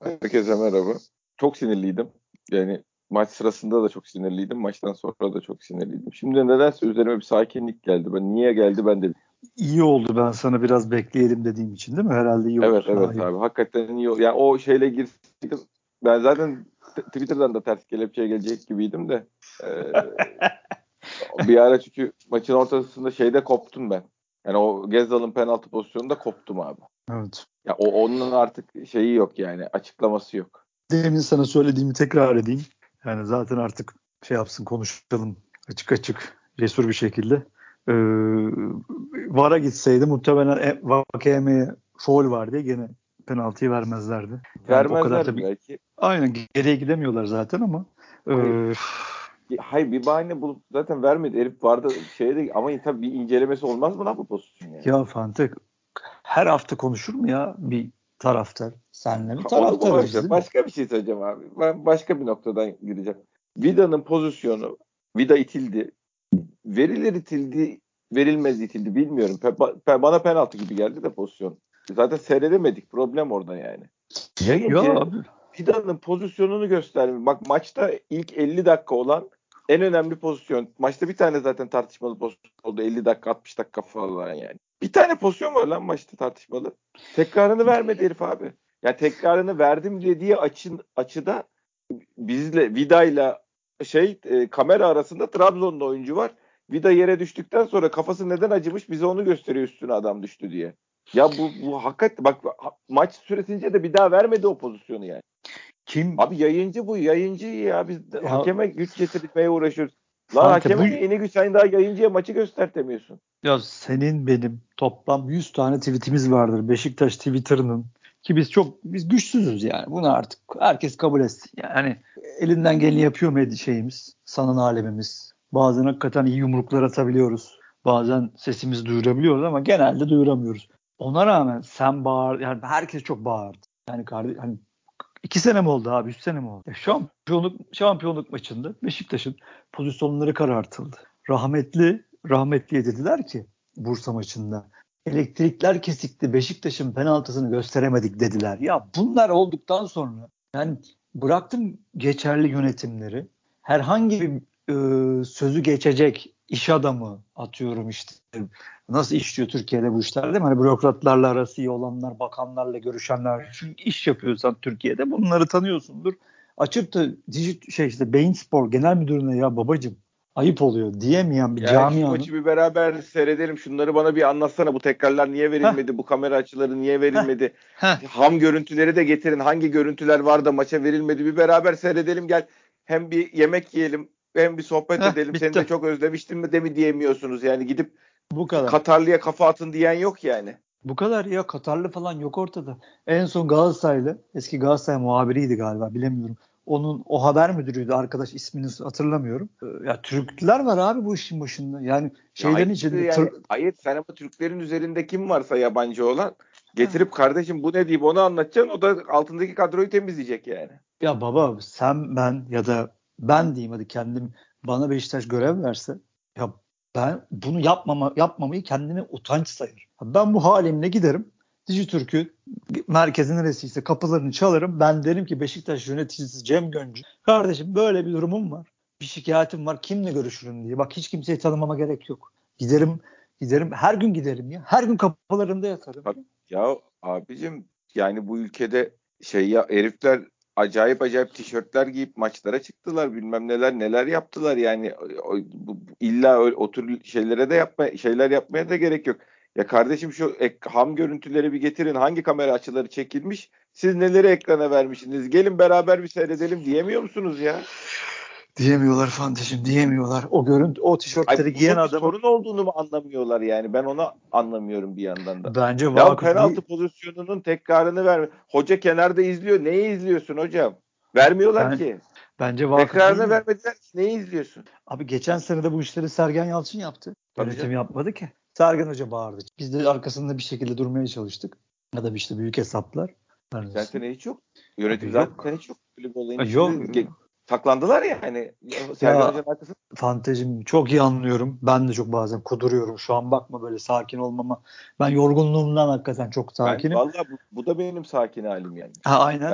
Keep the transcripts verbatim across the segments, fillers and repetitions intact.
Herkese merhaba. Çok sinirliydim. Yani maç sırasında da çok sinirliydim. Maçtan sonra da çok sinirliydim. Şimdi nedense üzerime bir sakinlik geldi. Ben niye geldi ben de. İyi oldu ben sana biraz bekleyelim dediğim için değil mi? Herhalde iyi oldu. Evet evet abi. Hakikaten iyi. Yani o şeyle girseydim. Ben zaten t- Twitter'dan da ters kelepçeye gelecek gibiydim de. Ee, bir ara çünkü maçın ortasında şeyde koptum ben. Yani o Gezzal'ın penaltı pozisyonunda koptum abi. Evet. Ya o onun artık şeyi yok yani. Açıklaması yok. Demin sana söylediğimi tekrar edeyim. Yani zaten artık şey yapsın konuşalım açık açık cesur bir şekilde. Ee, V A R'a gitseydi muhtemelen e, Vakeyeme'ye faul var diye gene penaltıyı vermezlerdi. Yani o kadar Vermezlerdi tabii belki. aynen geriye gidemiyorlar zaten ama e, Hayır. Hayır bir bahane bulup zaten vermedi. Herif vardı şeyde ama tabii bir incelemesi olmaz mı lan bu pozisyon yani? ya Fante her hafta konuşur mu ya bir taraftar? Senle mi Onu bu taraftarız boş ver. değil mi? Başka bir şey söyleyeceğim abi. Ben başka bir noktadan gireceğim. Vida'nın pozisyonu, Vida itildi. Verilir itildi, verilmez itildi bilmiyorum. Pe- pe- bana penaltı gibi geldi de pozisyon. Zaten seyredemedik. Problem orada yani. Ya Birinci abi. Vida'nın pozisyonunu göstermiyor. Bak maçta ilk elli dakika olan en önemli pozisyon. Maçta bir tane zaten tartışmalı pozisyon oldu. elli dakika altmış dakika falan yani. Bir tane pozisyon var lan maçta tartışmalı. Tekrarını vermedi herif abi. Ya tekrarını verdim dediği açın, açıda bizle Vida'yla şey e, kamera arasında Trabzon'da oyuncu var. Vida yere düştükten sonra kafası neden acımış bize onu gösteriyor üstüne adam düştü diye. Ya bu bu hakikat bak maç süresince de bir daha vermedi o pozisyonu yani. Kim Abi yayıncı bu yayıncı ya biz de ya hakeme güç getirmeye uğraşıyoruz. Lan Fante bu hakeme niye ne güç sen daha yayıncıya maçı göstertemiyorsun. ya senin benim toplam yüz tane tweetimiz vardır Beşiktaş Twitter'ının ki biz çok biz güçsüzüz yani bunu artık herkes kabul etsin yani elinden geleni yapıyor medya şeyimiz sanın alemimiz bazen hakikaten iyi yumruklar atabiliyoruz bazen sesimizi duyurabiliyoruz ama genelde duyuramıyoruz ona rağmen sen bağır yani herkes çok bağırdı yani kardeş hani iki sene mi oldu abi üç sene mi oldu ya şampiyonluk şampiyonluk maçında Beşiktaş'ın pozisyonları karartıldı rahmetli rahmetliye dediler ki Bursa maçında elektrikler kesikti Beşiktaş'ın penaltısını gösteremedik dediler. Ya bunlar olduktan sonra yani bıraktım geçerli yönetimleri herhangi bir e, sözü geçecek iş adamı atıyorum işte nasıl işliyor Türkiye'de bu işler değil mi? Hani bürokratlarla arası iyi olanlar, bakanlarla görüşenler. Çünkü iş yapıyorsan Türkiye'de bunları tanıyorsundur. Açıp da dijit şey işte Bein Spor Genel Müdürüne ya babacım ayıp oluyor diyemeyen bir Ya şu maçı camianın. bir beraber seyredelim. Şunları bana bir anlatsana. Bu tekrarlar niye Heh, verilmedi? Bu kamera açıları niye heh, verilmedi? heh. Ham görüntüleri de getirin. Hangi görüntüler var da maça verilmedi? Bir beraber seyredelim gel. Hem bir yemek yiyelim hem bir sohbet Heh, edelim. Seni bitti. de çok özlemiştim mi de mi diyemiyorsunuz. Yani gidip Bu kadar. Katarlı'ya kafa atın diyen yok yani. Bu kadar ya Katarlı falan yok ortada. En son Galatasaraylı, eski Galatasaray muhabiriydi galiba bilemiyorum. Onun o haber müdürüydü arkadaş ismini hatırlamıyorum. Ee, Ya Türkler var abi bu işin başında. Yani Ya hayır şeylerin içinde tır... yani hayır sen ama Türklerin üzerinde kim varsa yabancı olan Ha. getirip kardeşim bu ne deyip onu anlatacaksın. O da altındaki kadroyu temizleyecek yani. Ya baba sen ben ya da ben diyeyim hadi kendim bana Beşiktaş görev verse ya ben bunu yapmama yapmamayı kendime utanç sayarım. Ben bu halimle giderim. Dijitürk'ü merkezin neresiyse kapılarını çalarım. Ben derim ki Beşiktaş yöneticisi Cem Göncü. Kardeşim böyle bir durumum var. Bir şikayetim var. Kimle görüşürüm diye. Bak hiç kimseyi tanımama gerek yok. Giderim giderim her gün giderim ya. Her gün kapılarında yatarım Bak ya. ya abicim yani bu ülkede şey ya herifler acayip acayip tişörtler giyip maçlara çıktılar bilmem neler neler yaptılar yani o, bu, illa öyle, o tür şeylere de yapma şeyler yapmaya da gerek yok. Ya kardeşim şu ek, ham görüntüleri bir getirin hangi kamera açıları çekilmiş siz neleri ekrana vermişsiniz gelin beraber bir seyredelim diyemiyor musunuz ya? Diyemiyorlar Fantişim diyemiyorlar. O görüntü o Ay tişörtleri giyen bunun bir adamı sorun olduğunu mu anlamıyorlar yani? Ben onu anlamıyorum bir yandan da. bence Ya vakıf penaltı değil. pozisyonunun tekrarını verme. Hoca kenarda izliyor. Neyi izliyorsun hocam? Vermiyorlar Ben ki. bence vakıf Tekrarını değiller. vermediler ki. Neyi izliyorsun? Abi geçen sene de bu işleri Sergen Yalçın yaptı. Tabii Yönetim canım. yapmadı ki. Sergen Hoca bağırdı. Biz de arkasında bir şekilde durmaya çalıştık. Ya da işte büyük hesaplar. Geçen Neredeyse. sene hiç yok. Yönetim Abi yok. zaten hiç yok. Böyle bir olayın içinde Yok. ge- saklandılar yani. Sergen Ya Hoca'nın arkasında. Fantezim çok iyi anlıyorum. Ben de çok bazen kuduruyorum. Şu an bakma böyle sakin olmama. Ben yorgunluğumdan hakikaten çok Ben sakinim. vallahi bu, bu da benim sakin halim yani. Ha, aynen. Ben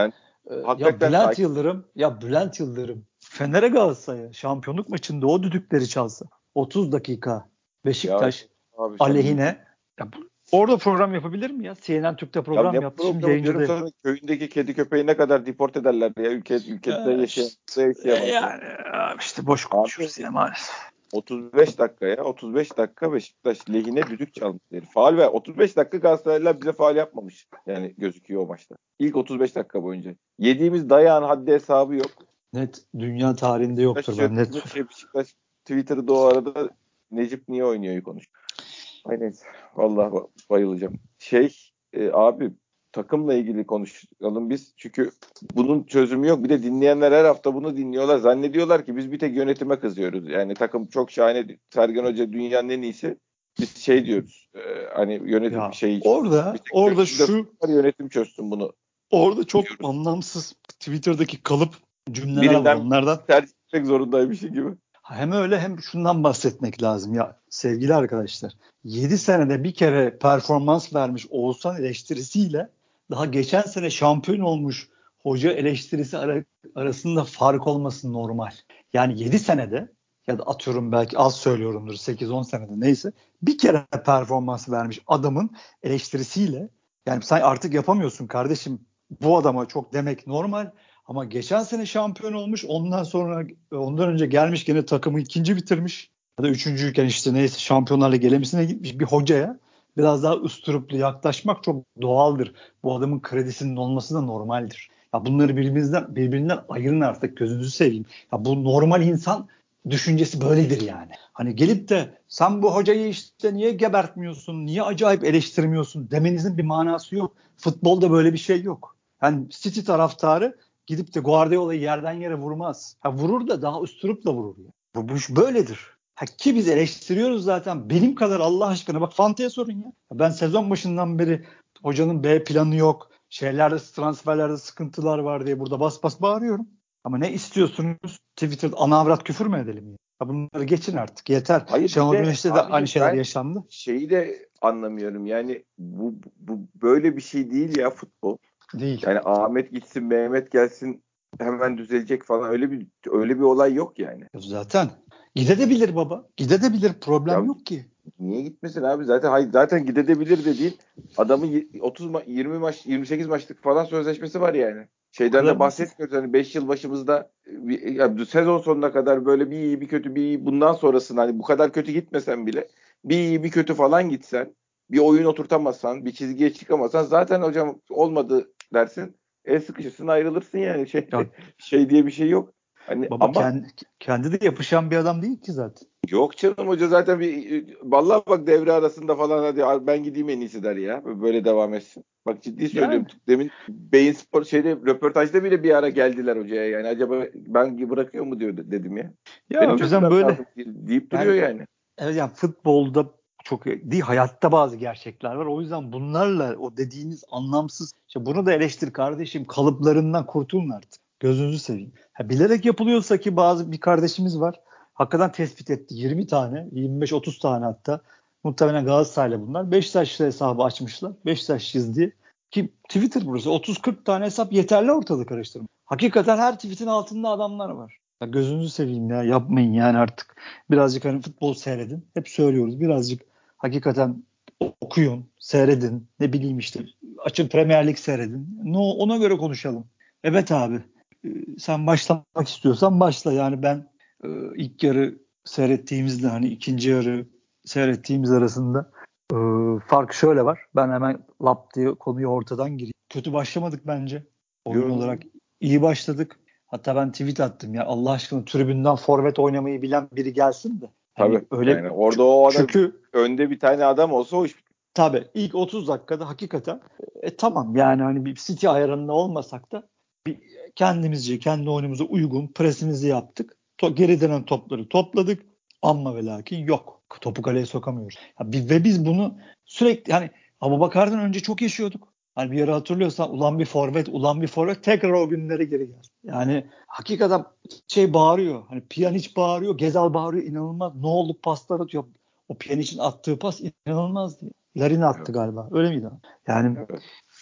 Ee, ya Hakikaten Bülent sakin. Yıldırım, ya Bülent Yıldırım Fener'e Galatasaray'a şampiyonluk maçında o düdükleri çalsa otuz dakika Ya Beşiktaş abi sen mümkün. aleyhine ya bu, orada program yapabilir mi ya? C N N Türk'te Ya ne program yaptı. Şimdi programı yayıncı diyorum değil. sana, köyündeki kedi köpeği ne kadar deport ederler ya, ülke ülkede Ya yaşayan işte, yaşayamaz ya. yani abi işte boş Abi konuşuruz ya maalesef. otuz beş dakika ya. otuz beş dakika Beşiktaş lehine düdük çalmış herif. Faul ver. otuz beş dakika Galatasaraylılar bize faul yapmamış. Yani gözüküyor o maçta. İlk otuz beş dakika boyunca. Yediğimiz dayağın haddi hesabı yok. Net dünya tarihinde Beşiktaş yoktur ben net yönetimi, söylüyorum. şey, Beşiktaş Twitter'da o arada Necip niye oynuyor konuş. Ay neyse. Vallahi ba- bayılacağım. Şey e, abi takımla ilgili konuşalım biz. Çünkü bunun çözümü yok. Bir de dinleyenler her hafta bunu dinliyorlar. Zannediyorlar ki biz bir tek yönetime kızıyoruz. Yani takım çok şahane. Sergen Hoca dünyanın en iyisi. Biz şey diyoruz. E, hani yönetim Ya şey bir orada tek orada üstünde şu yönetim çözsün bunu orada çok diyoruz. anlamsız Twitter'daki kalıp cümleler var Birinden onlardan. tercih etmek zorundaymışım gibi. Hem öyle hem şundan bahsetmek lazım ya sevgili arkadaşlar. yedi senede bir kere performans vermiş Oğuzhan eleştirisiyle daha geçen sene şampiyon olmuş hoca eleştirisi ara, arasında fark olması normal. Yani yedi senede ya da atıyorum belki az söylüyorumdur sekiz on senede neyse bir kere performans vermiş adamın eleştirisiyle yani sen artık yapamıyorsun kardeşim bu adama çok demek normal. Ama geçen sene şampiyon olmuş. Ondan sonra ondan önce gelmiş gene takımı ikinci bitirmiş. Ya da üçüncüyken işte neyse Şampiyonlar Ligi elemesine gitmiş bir hocaya biraz daha usturuplu yaklaşmak çok doğaldır. Bu adamın kredisinin olması da normaldir. Ya bunları birbirinden birbirinden ayırın artık gözünüzü seveyim. Ya bu normal insan düşüncesi böyledir yani. Hani gelip de sen bu hocayı işte niye gebertmiyorsun, niye acayip eleştirmiyorsun demenizin bir manası yok. Futbolda böyle bir şey yok. Yani City taraftarı gidip de Guardiola'yı yerden yere vurmaz. Ha vurur da daha üstürupla vurur. Ya. Bu, bu iş böyledir. Ha, ki biz eleştiriyoruz zaten. Benim kadar Allah aşkına bak Fante'ye sorun ya. Ben sezon başından beri hocanın B planı yok. Şeylerde transferlerde sıkıntılar var diye burada bas bas bağırıyorum. Ama ne istiyorsunuz? Twitter'da ana avrat küfür mü edelim ya? Ya bunları geçin artık yeter. Hayır bir Şenol de Güneş'te de aynı abicim şeyler ben yaşandı. şeyi de anlamıyorum. Yani bu, bu böyle bir şey değil ya futbol. Değil. Yani Ahmet gitsin, Mehmet gelsin hemen düzelecek falan, öyle bir öyle bir olay yok yani. Zaten gidebilir baba. Gidebilir problem Ya yok ki. niye gitmesin abi? Zaten hayır, zaten gidebilir dediğin adamın y- otuz ma- yirmi maç yirmi sekiz maçlık falan sözleşmesi var yani. O Şeyden de kadar basit. bahsetmiyoruz. Hani beş yıl başımızda bir, ya, sezon sonuna kadar böyle bir iyi bir kötü bir iyi, bundan sonrasında hani bu kadar kötü gitmesen bile bir iyi bir kötü falan gitsen, bir oyun oturtamazsan, bir çizgiye çıkamazsan zaten hocam olmadı dersin. El sıkışırsın, ayrılırsın yani, şey Ya şey diye bir şey yok. Hani baba ama kendi, kendi de yapışan bir adam değil ki zaten. yok canım, hoca zaten bir vallahi bak devre arasında falan hadi ben gideyim en iyisi der ya. Böyle devam etsin. Bak ciddi söylüyorum. Yani Demin Beyin Spor şeyde röportajda bile bir ara geldiler hocaya, yani acaba ben bırakıyor mu diyor dedim ya. ya Benim o yüzden çözülmem böyle lazım deyip duruyor yani yani. evet yani futbolda çok değil hayatta bazı gerçekler var. O yüzden bunlarla o dediğiniz anlamsız işte bunu da eleştir kardeşim kalıplarından kurtulun artık. Gözünüzü seveyim. Ha, bilerek yapılıyorsa ki bazı bir kardeşimiz var. Hakikaten tespit etti. yirmi tane, yirmi beş otuz tane hatta. Muhtemelen Galatasaray'la bunlar. Beşiktaşlı hesabı açmışlar. Beşiktaşlıyız diye. Ki Twitter burası. otuz kırk tane hesap yeterli ortalığı karıştırmak. Hakikaten her tweetin altında adamlar var. Ya gözünüzü seveyim ya yapmayın yani artık. Birazcık hani futbol seyredin. Hep söylüyoruz. Birazcık hakikaten okuyun, seyredin. Ne bileyim işte açın Premier Lig seyredin. No, ona göre konuşalım. Evet abi. e, Sen başlamak istiyorsan başla. Yani ben e, ilk yarı seyrettiğimizde hani ikinci yarı seyrettiğimiz arasında e, fark şöyle var. Ben hemen lap diye konuyu ortadan gireyim. Kötü başlamadık bence. Oyun Yo, olarak iyi başladık. Hatta ben tweet attım ya Allah aşkına tribünden forvet oynamayı bilen biri gelsin de. Hani tabii. öyle Yani orada o adam çünkü önde bir tane adam olsa o iş. tabii ilk otuz dakikada hakikaten e, tamam yani hani bir City ayarında olmasak da bir kendimizce kendi oyunumuza uygun presimizi yaptık. To, geri dönen topları topladık. Amma ve lakin yok. Topu kaleye sokamıyoruz. Ya, biz, ve biz bunu sürekli hani Abubakar'dan önce çok yaşıyorduk. Hani bir yere hatırlıyorsan ulan bir forvet, ulan bir forvet tekrar o günlere geri gel. Yani hakikaten şey bağırıyor. Hani Pjanic bağırıyor, Gezal bağırıyor inanılmaz. Ne oldu paslar atıyor. O Pjanic'in attığı pas inanılmazdı. Larin attı Evet, galiba. Öyle miydi? Yani evet.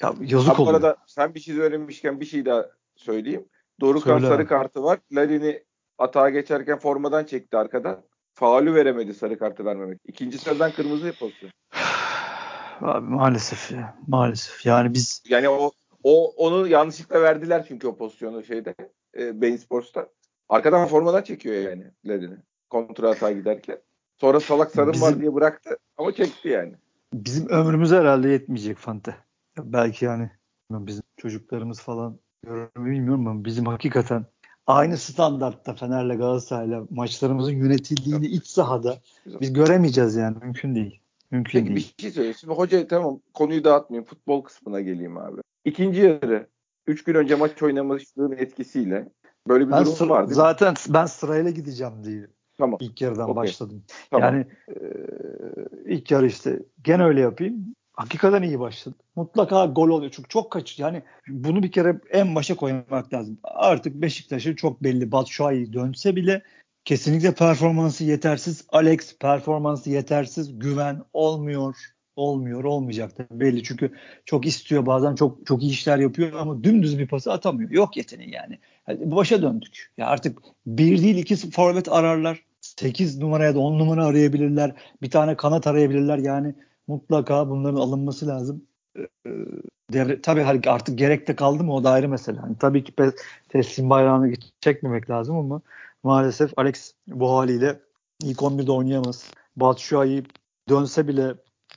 Ya yazık Ha, bu oluyor. arada sen bir şey söylemişken bir şey daha söyleyeyim. Dorukhan Söyle sarı abi. kartı var. Larin'i atağa geçerken formadan çekti arkadan. Faulü veremedi sarı kartı vermemek. İkinci sarıdan kırmızı pozisyon. Abi maalesef ya. Maalesef. Yani biz Yani o o onu yanlışlıkla verdiler çünkü o pozisyonu şeyde e, Bein Sports'ta. Arkadan formadan çekiyor yani Larin'i. Kontra atağa giderken. Sonra salak sarım var bizim diye bıraktı ama çekti yani. bizim ömrümüz herhalde yetmeyecek Fante. Ya belki yani bizim çocuklarımız falan görür mü bilmiyorum ama bizim hakikaten aynı standartta Fener'le Galatasaray'la maçlarımızın yönetildiğini iç sahada biz göremeyeceğiz yani. Mümkün değil. Mümkün Peki bir değil. şey söyleyeyim. Şimdi hoca tamam konuyu dağıtmayayım. Futbol kısmına geleyim abi. İkinci yarı üç gün önce maç oynamışlığın etkisiyle böyle bir Ben durum sıra, var değil mi? zaten ben sırayla gideceğim diye Tamam. ilk yarıdan Okey. başladım. Tamam. Yani e, ilk yarı işte gene öyle yapayım. Hakikaten iyi başladı. Mutlaka gol oluyor. Çünkü çok kaç. Yani bunu bir kere en başa koymak lazım. Artık Beşiktaş'ın çok belli. Batshuayi dönse bile kesinlikle performansı yetersiz. Alex performansı yetersiz. Güven olmuyor. Olmuyor. Olmayacak da belli. Çünkü çok istiyor bazen çok çok iyi işler yapıyor ama dümdüz bir pası atamıyor. Yok yeteneği yani. Yani başa döndük. Ya artık bir değil iki forvet ararlar. sekiz numaraya da on numara arayabilirler. Bir tane kanat arayabilirler. Yani mutlaka bunların alınması lazım. Ee, devre, tabii artık gerek de kaldı mı o da ayrı mesele. Hani tabii ki pe- teslim bayrağını çekmemek lazım ama maalesef Alex bu haliyle ilk on birde oynayamaz. Batshuayi dönse bile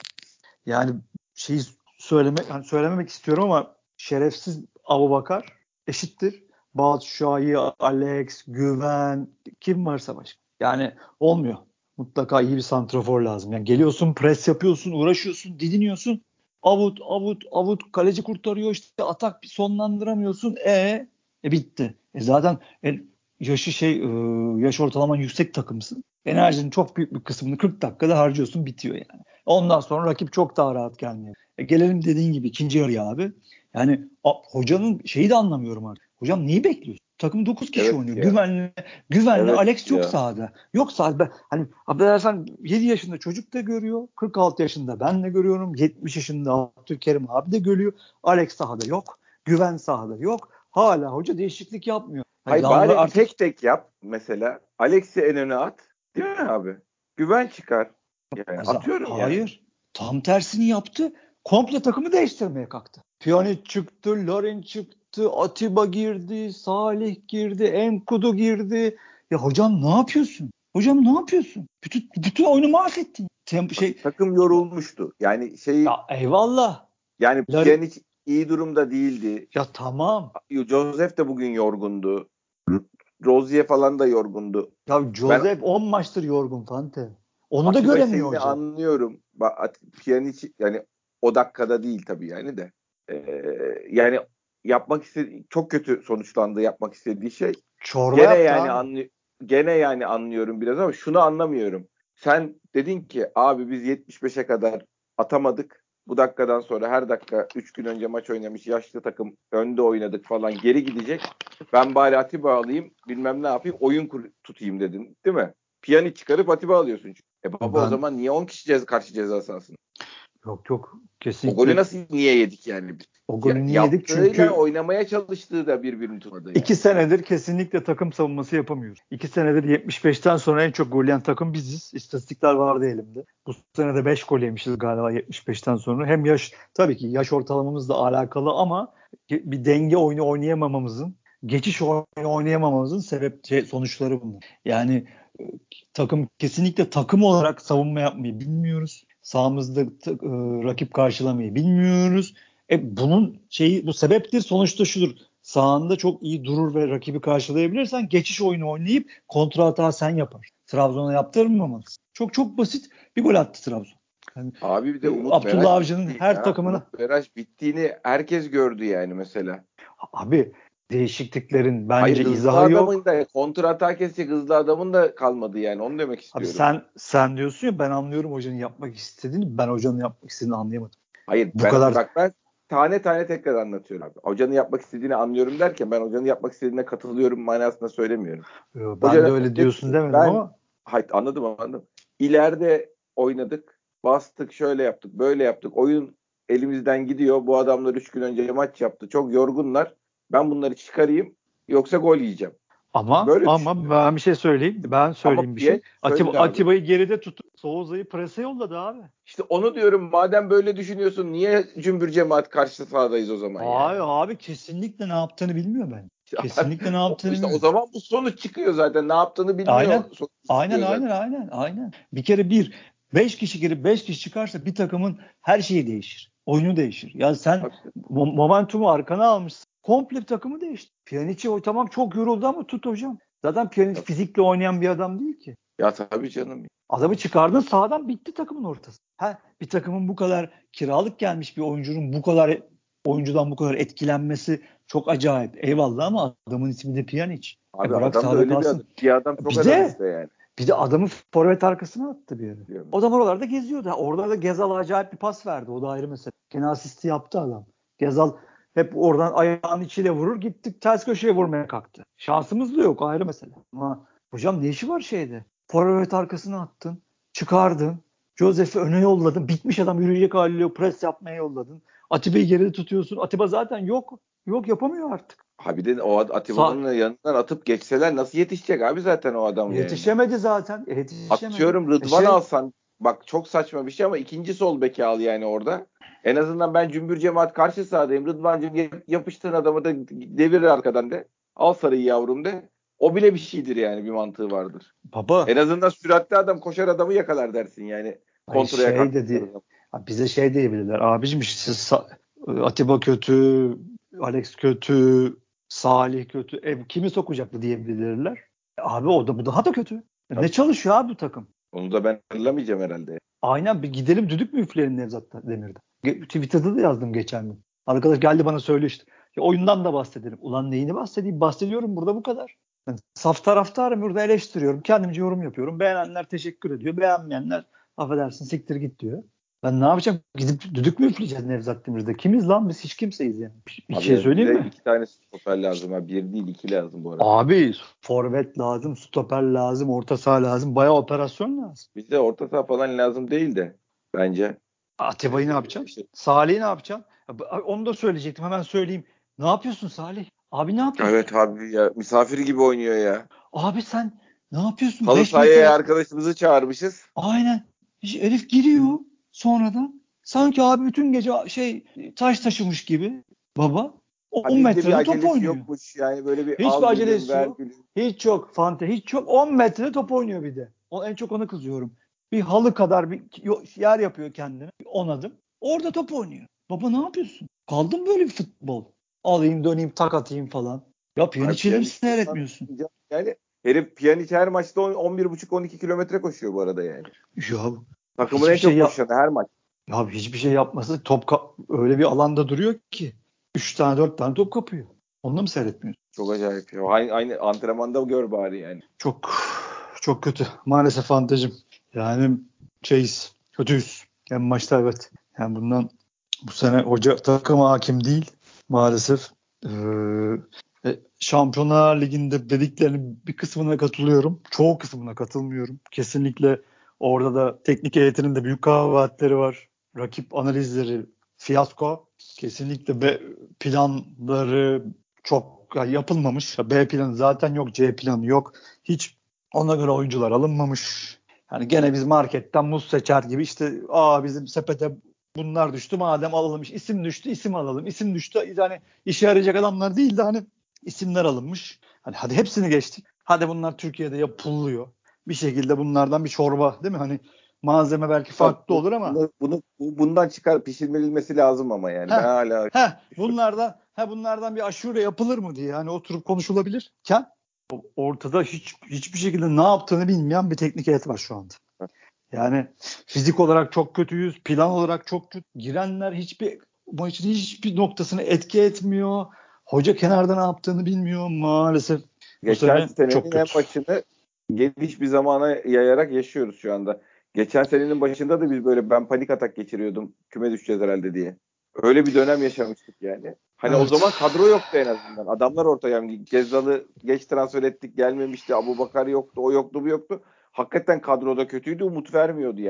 yani şeyi söylemek hani söylememek istiyorum ama şerefsiz Abubakar eşittir. Batshuayi, Alex, Güven kim varsa başka. Yani olmuyor. Mutlaka iyi bir santrafor lazım. Yani geliyorsun, pres yapıyorsun, uğraşıyorsun, didiniyorsun. Avut, avut, avut. Kaleci kurtarıyor işte atak bir sonlandıramıyorsun. E, e bitti. E zaten e, yaşı şey e, yaş ortalaman yüksek takımsın. Enerjinin çok büyük bir kısmını kırk dakikada harcıyorsun bitiyor yani. Ondan sonra rakip çok daha rahat gelmiyor. E gelelim dediğin gibi ikinci yarıya abi. Yani a, hocanın şeyi de anlamıyorum artık. Hocam neyi bekliyorsun? Takım dokuz kişi Evet oynuyor. ya. Güvenli, güvenli Evet Alex yok ya. sahada. Yok sahada. Hani affedersen yedi yaşında çocuk da görüyor. kırk altı yaşında ben de görüyorum. yetmiş yaşında Abdülkerim abi de görüyor. Alex sahada yok. Güven sahada yok. Hala hoca değişiklik yapmıyor. Ya Hay yalvar bari artık tek tek yap mesela. Alex'i en öne at. Değil mi abi? Güven çıkar. Yani atıyorum yani. hayır. Tam tersini yaptı. Komple takımı değiştirmeye kalktı. Pjanic çıktı, Larin çıktı, Atiba girdi, Salih girdi, Enkudu girdi. Ya hocam ne yapıyorsun? Hocam ne yapıyorsun? Bütün bütün oyunu mahvettin. Tempo Bak, şey takım yorulmuştu. Yani şeyi ya eyvallah. yani Larin Pjanic iyi durumda değildi. ya tamam. Joseph de bugün yorgundu. Rozier falan da yorgundu. Ya Ben Joseph on maçtır yorgun Fante. Onu da Atiba göremiyor şeyini hoca. anlıyorum. Bak At- Pjanic yani o dakikada değil tabii yani de. Ee, yani yapmak istediği çok kötü sonuçlandı yapmak istediği şey. Çorba Gene yaptı yani abi. anlı gene yani anlıyorum biraz ama şunu anlamıyorum. Sen dedin ki abi biz yetmiş beşe kadar atamadık. Bu dakikadan sonra her dakika üç gün önce maç oynamış yaşlı takım önde oynadık falan geri gidecek. Ben bari Atiba alayım bilmem ne yapayım oyun kur- tutayım dedin değil mi? Piyani çıkarıp Atiba alıyorsun çünkü. E baba o Ben zaman niye on kişi ceza, karşı ceza sahasında? yok yok O golü kesinlikle nasıl niye yedik yani biz? o Ya, golü niye yedik? yaptığıyla Çünkü oynamaya çalıştığı da birbirini tutmadı yani. İki senedir kesinlikle takım savunması yapamıyoruz. İki senedir yetmiş beşten sonra en çok gol yiyen takım biziz. İstatistikler vardı elimde. Bu sene de beş gol yemişiz galiba yetmiş beşten sonra. Hem yaş tabii ki yaş ortalamamızla alakalı ama bir denge oyunu oynayamamamızın, geçiş oyunu oynayamamamızın sebep şey, sonuçları bunlar. Yani e, takım kesinlikle takım olarak savunma yapmayı bilmiyoruz. Sahamızda e, rakip karşılamayı bilmiyoruz. E bunun şeyi bu sebeptir sonuçta şudur. Sahanda çok iyi durur ve rakibi karşılayabilirsen geçiş oyunu oynayıp kontra hata sen yapar. Trabzon'a yaptırmamalısın. Çok çok basit bir gol attı Trabzon. Yani, Abi bir de e, Umut Abdullah Meraş Avcı'nın bitti her ya. takımına Umut Meraş bittiğini herkes gördü yani mesela. abi değişikliklerin Hayır bence hızlı izahı adamın yok. da kontra atak kesecek hızlı adamın da kalmadı yani onu demek Abi istiyorum. sen sen diyorsun ya ben anlıyorum hocanın yapmak istediğini. Ben hocanın yapmak istediğini anlayamadım. Hayır Bu ben kadar bak ben tane tane tekrar anlatıyorum abi. Hocanın yapmak istediğini anlıyorum derken ben hocanın yapmak istediğine katılıyorum manasında söylemiyorum. e, ben de Hoca öyle dedi diyorsun ki demedim ben ama hayır, anladım anladım. İleride oynadık, bastık, şöyle yaptık, böyle yaptık. Oyun elimizden gidiyor. Bu adamlar üç gün önce maç yaptı. Çok yorgunlar. Ben bunları çıkarayım. Yoksa gol yiyeceğim. Ama Böyle ama ben bir şey söyleyeyim. Ben Ama söyleyeyim bir şey. Piyaç Atiba, söyle abi. Atiba'yı geride tutup Souza'yı prese yolladı abi. İşte onu diyorum. Madem böyle düşünüyorsun niye cümbür cemaat karşı sahadayız o zaman yani? Abi abi kesinlikle ne yaptığını bilmiyor ben. İşte, Kesinlikle ne yaptığını işte o bilmiyor. zaman bu sonuç çıkıyor zaten. Ne yaptığını bilmiyor. Aynen. Sonuç Aynen çıkıyor aynen zaten. aynen aynen. Bir kere bir beş kişi girip beş kişi çıkarsa bir takımın her şeyi değişir. Oyunu değişir. Ya sen Tabii. mo- momentumu arkana almışsın. Komple takımı değişti. Pjanic o tamam çok yoruldu ama tut hocam. Zaten Pjanic Tabii. fizikle oynayan bir adam değil ki. Ya tabii canım. Adamı çıkardın sağdan bitti takımın ortası. Ha, bir takımın bu kadar kiralık gelmiş bir oyuncunun bu kadar oyuncudan bu kadar etkilenmesi çok acayip. Eyvallah ama adamın ismi de Pjanic. E Abi bırak adam da sahada öyle bir kalsın. adam. Bir adam çok Bir adam de işte yani. bir de adamı forvet arkasına attı bir yere. Diyorum. O da oralarda geziyordu. Ha, orada da Gezal acayip bir pas verdi. O da ayrı mesele. Gene asisti yaptı adam. Gezal hep oradan ayağının içiyle vurur. Gittik ters köşeye vurmaya kalktı. Şansımız da yok ayrı mesele. Ama hocam ne işi var şeyde? Forvet arkasına attın. Çıkardın. Josef'i öne yolladın. Bitmiş adam yürüyecek hali yok. Pres yapmaya yolladın. Atiba'yı geride tutuyorsun. Atiba zaten yok. Yok yapamıyor artık. Ha bir de o Sa Atiba'nın yanından atıp geçseler nasıl yetişecek abi zaten o adam yani. yetişemedi zaten. Yetişemedi. Atıyorum E Rıdvan şey alsan bak çok saçma bir şey ama ikinci sol beki al yani orada. En azından ben cümbür cemaat karşı sahadayım. Rıdvan'cığım yap- yapıştığın adamı da devir arkadan de. Al sarıyı yavrum de. O bile bir şeydir yani bir mantığı vardır. En baba azından süratli adam koşar adamı yakalar dersin yani. ay Kontraya şey kalktıkları dedi. zaman. Ha, bize şey diyebilirler. Abicim işte siz Sa- Atiba kötü, Alex kötü, Salih kötü. E, kimi sokacaktı diyebilirler. E, abi o da bu daha da kötü. E, ne Tabii. çalışıyor abi bu takım? Onu da ben hatırlamayacağım herhalde. Aynen bir gidelim düdük mü üfleyelim Nevzat Demir'de. Ge- Twitter'da da yazdım geçen gün. Arkadaş geldi bana söylüyor işte. Ya oyundan da bahsedelim. Ulan neyini bahsedeyim? Bahsediyorum burada bu kadar. Ben saf taraftarım burada eleştiriyorum. Kendimce yorum yapıyorum. Beğenenler teşekkür ediyor. Beğenmeyenler affedersin siktir git diyor. Ben ne yapacağım? Gidip düdük mü üfleyeceğiz Nevzat Demir'de? Kimiz lan biz? Hiç kimseyiz yani. Bir, bir Abi şey ya söyleyeyim bize mi? iki tane stoper lazım. Ha. Bir değil iki lazım bu arada. Abi forvet lazım, stoper lazım, orta saha lazım. Bayağı operasyon lazım. Bize orta saha falan lazım değil de bence. Atiba'yı ne yapacaksın? İşte, Salih'i ne yapacaksın? Onu da söyleyecektim. Hemen söyleyeyim. Ne yapıyorsun Salih? Abi ne yapıyorsun? evet abi ya misafir gibi oynuyor ya. Abi sen ne yapıyorsun? Halı beş sahaya metre. arkadaşımızı çağırmışız. Aynen. Hiç- Herif giriyor sonradan. Sanki abi bütün gece şey taş taşımış gibi. Baba. Ha on bizde bir metrede top acelesi oynuyor. yokmuş. Yani böyle bir Hiçbir al gülüm acelesi ver yok. gülüm. Hiç yok. Fante hiç yok. on metrede top oynuyor bir de. O, en çok ona kızıyorum. Bir halı kadar bir yer yapıyor kendine. on adım. Orada top oynuyor. Baba ne yapıyorsun? Kaldı mı böyle bir futbol? Alayım döneyim tak atayım falan. Ya Abi Pjanic'i mi Pjanic olsan seyretmiyorsun? yani herif Pjanic her maçta on bir buçuk on iki kilometre koşuyor bu arada yani. Ya Takımın hiçbir en şey çok yap. koşanı her maç. Ya hiçbir şey yapması top ka- öyle bir alanda duruyor ki. Üç tane dört tane top kapıyor. Onu da mı seyretmiyorsun? Çok acayip ya. Aynı, aynı antrenmanda gör bari yani. Çok çok kötü. Maalesef fantezim. Yani şeyiz. Kötüyüz. Yani maçta evet. Yani bundan bu sene hoca takıma hakim değil. Maalesef. Ee, e, Şampiyonlar Ligi'nde dediklerinin bir kısmına katılıyorum. Çoğu kısmına katılmıyorum. Kesinlikle orada da teknik heyetinin de büyük kabahatleri var. Rakip analizleri fiyasko. Kesinlikle B planları çok yani yapılmamış. B planı zaten yok. C planı yok. Hiç ona göre oyuncular alınmamış. Yani gene biz marketten muz seçer gibi işte aa bizim sepete bunlar düştü madem alalım. İsim düştü isim alalım. İsim düştü yani işe yarayacak adamlar değil de hani isimler alınmış. Hani hadi hepsini geçtik. Hadi bunlar Türkiye'de yapılıyor. Bir şekilde bunlardan bir çorba değil mi? Hani malzeme belki Tabii farklı bu- olur ama bunu, bunu bu- bundan çıkar pişirilmesi lazım ama yani. Ben heh, hala heh, bunlardan he bunlardan bir aşure yapılır mı diye hani oturup konuşulabilirken ortada hiç hiçbir şekilde ne yaptığını bilmeyen bir teknik heyet var şu anda. Yani fizik olarak çok kötüyüz. Plan olarak çok kötü. Girenler hiçbir maçın hiçbir noktasını etki etmiyor. Hoca kenarda ne yaptığını bilmiyor maalesef. Bu geçen sene çok senenin en kötü. başını geniş bir zamana yayarak yaşıyoruz şu anda. Geçen senenin başında da biz böyle ben panik atak geçiriyordum. Küme düşeceğiz herhalde diye. Öyle bir dönem yaşamıştık yani. Hani o Evet. zaman kadro yoktu en azından. Adamlar ortaya yani Gezzal'ı geç transfer ettik gelmemişti. Abubakar yoktu. O yoktu bu yoktu. Hakikaten kadroda kötüydü. Umut vermiyordu yani.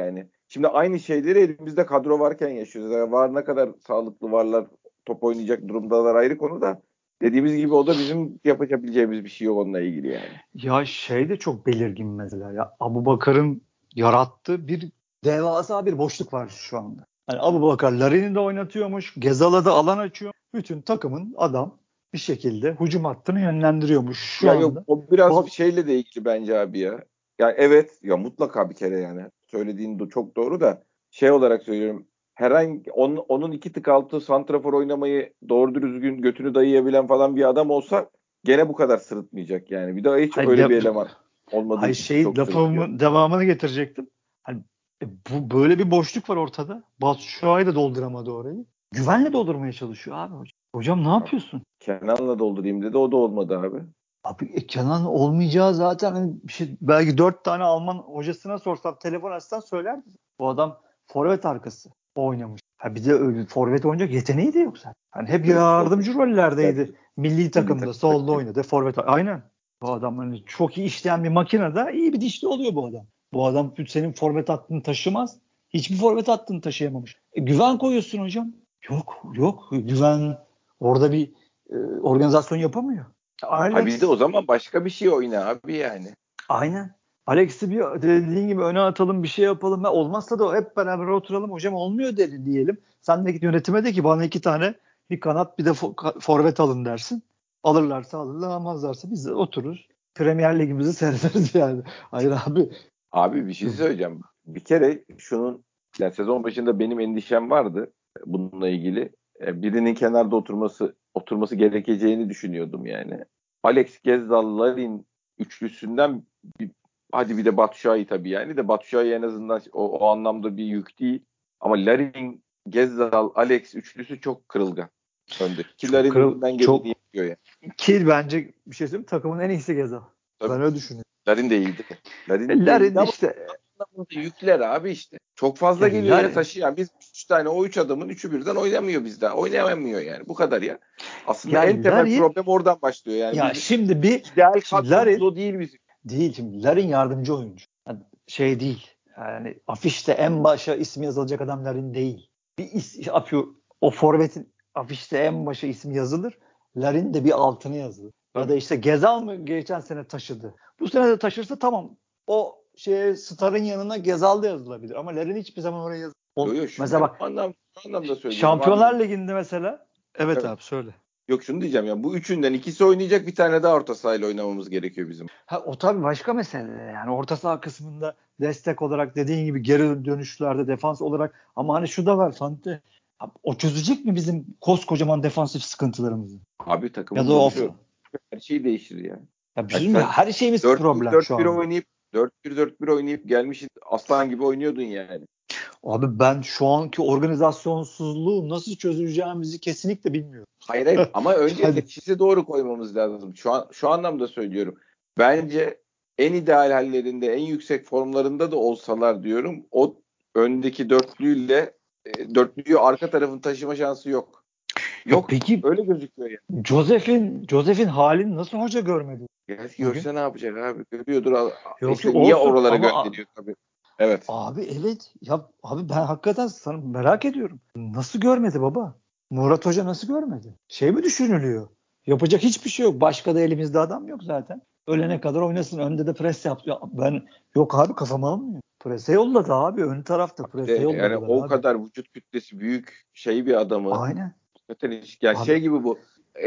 Şimdi aynı şeyleri elimizde kadro varken yaşıyoruz. Yani var ne kadar sağlıklı varlar, top oynayacak durumdalar ayrı konu da. Dediğimiz gibi o da bizim yapabileceğimiz bir şey yok onunla ilgili yani. Ya şey de çok belirgin mesela ya. Abubakar'ın yarattığı bir devasa bir boşluk var şu anda. Hani Abubakar Larin'i de oynatıyormuş. Gezal'a da alan açıyor. Bütün takımın adam bir şekilde hücum hattını yönlendiriyormuş şu Ya yok anda. o biraz Bal- şeyle de ilgili bence abi ya. Yani evet ya mutlaka bir kere yani söylediğin de çok doğru da şey olarak söylüyorum. Herhangi onun, onun iki tık altı santrafor oynamayı doğru düzgün götünü dayayabilen falan bir adam olsa gene bu kadar sırıtmayacak yani. Bir de hiç Hayır, öyle de, bir eleman olmadığı hayır için şey çok sırıtıyor. lafımın devamını getirecektim. Hani e, bu böyle bir boşluk var ortada. Batu Şua'yı da dolduramadı orayı. Güvenle doldurmaya çalışıyor abi hocam. Hocam ne yapıyorsun? Kenan'la doldurayım dedi o da olmadı abi. Abi e, Kenan olmayacağı zaten hani bir şey, belki dört tane Alman hocasına sorsam telefon açsan söylerdi. Bu adam forvet arkası oynamış. Ha bir de öyle forvet oynayacak yeteneği de yok zaten. Hani hep Yok, sol yardımcı rollerdeydi. Milli milli takımda takımda. solda oynadı. Forvet aynen. Bu adam hani çok iyi işleyen bir makinede iyi bir dişli oluyor bu adam. Bu adam senin forvet hattını taşımaz. Hiçbir forvet hattını taşıyamamış. E, güven koyuyorsun hocam. Yok yok güven orada bir e, organizasyon yapamıyor. Ha bir de Alex o zaman başka bir şey oyna abi yani. aynen. Alex'i bir dediğin gibi öne atalım bir şey yapalım. Ha, olmazsa da hep beraber oturalım hocam olmuyor dedi diyelim. Sen de git yönetime de ki bana iki tane bir kanat bir de fo- forvet alın dersin. Alırlarsa alırlar almazlarsa biz de otururuz. Premier Ligimizi seyrederiz yani. Hayır abi. Abi bir şey söyleyeceğim. Bir kere şunun yani sezon başında benim endişem vardı bununla ilgili. E, Birinin kenarda oturması oturması gerekeceğini düşünüyordum yani. Alex Gezzal Larin üçlüsünden bir, hadi bir de Batshuayi tabii yani de Batshuayi en azından o, o anlamda bir yük değil. Ama Larin, Gezzal, Alex üçlüsü çok kırılgan önde. Ki Çok Larin kırıl elinden geleni çok yapıyor yani. ki bence bir şey söyleyeyim takımın en iyisi Gezal. Tabii. Ben öyle düşünüyorum. Larin de iyiydi. Larin de Larin iyiydi ama işte anlamında yükler abi işte. Çok fazla ya geliyor ya Larin taşıyan. Biz üç tane o üç adamın üçü birden oynamıyor bizde. Oynayamıyor yani. Bu kadar ya. Aslında ya en temel Larin problem oradan başlıyor. Yani ya biz şimdi bir ideal şimdi kadromuz Larin o değil bizim. değil şimdi Larin yardımcı oyuncu. Yani şey değil. Yani afişte en başa ismi yazılacak adam Larin değil. Bir is, yapıyor. O forvetin afişte en başa ismi yazılır. Larin de bir altını yazılır. Ya da Tabii. işte Gezal mı geçen sene taşıdı. Bu sene de taşırsa tamam. O şey Star'ın yanına Gezal da yazılabilir. Ama Larin hiçbir zaman oraya yazılır. Yok yok şu, Mesela ben bak o anlam, şu anlamda söylüyorum abi. Şampiyonlar Ligi'nde mesela evet Evet. abi söyle. Yok şunu diyeceğim ya. Bu üçünden ikisi oynayacak bir tane daha orta sahayla oynamamız gerekiyor bizim. Ha, o tabii başka mesele. Yani orta saha kısmında destek olarak dediğin gibi geri dönüşlerde defans olarak ama hani şu da var Fante. O çözecek mi bizim koskocaman defansif sıkıntılarımızı? Abi Ya takımın da o duruşu her şey değişir ya. ya bir şey Yani diyeyim mi? sen Her şeyimiz dört bir problem şu dört bir anda. oynayıp dört bir dört bir oynayıp gelmişsin aslan gibi oynuyordun yani. Abi ben şu anki organizasyonsuzluğu nasıl çözeceğimizi kesinlikle bilmiyorum. Hayır hayır ama önce Yani teşhisi doğru koymamız lazım. Şu an şu anlamda söylüyorum. Bence en ideal hallerinde, en yüksek formlarında da olsalar diyorum. O öndeki dörtlüyle e, dörtlüyü arka tarafın taşıma şansı yok. ya Yok. peki Öyle gözüküyor yani. Joseph'in Joseph'in halini nasıl hoca görmedi Ya, bugün? görse ne yapacak abi? Görüyordur. Al- Yok yok İşte niye olsun oralara ama gönderiyor tabii. Evet. abi evet ya abi ben hakikaten sana merak ediyorum. Nasıl görmedi baba? Murat Hoca nasıl görmedi? Şey mi düşünülüyor? Yapacak hiçbir şey yok. Başka da elimizde adam yok zaten. Ölene kadar oynasın. Önde de pres yaptı. Ya ben yok abi kafama almıyor. Prese yolladı abi. Ön tarafta Bir prese de yani yolladılar o abi. kadar vücut kütlesi büyük şey bir adamı Aynen. zaten hiç- yani Abi şey gibi bu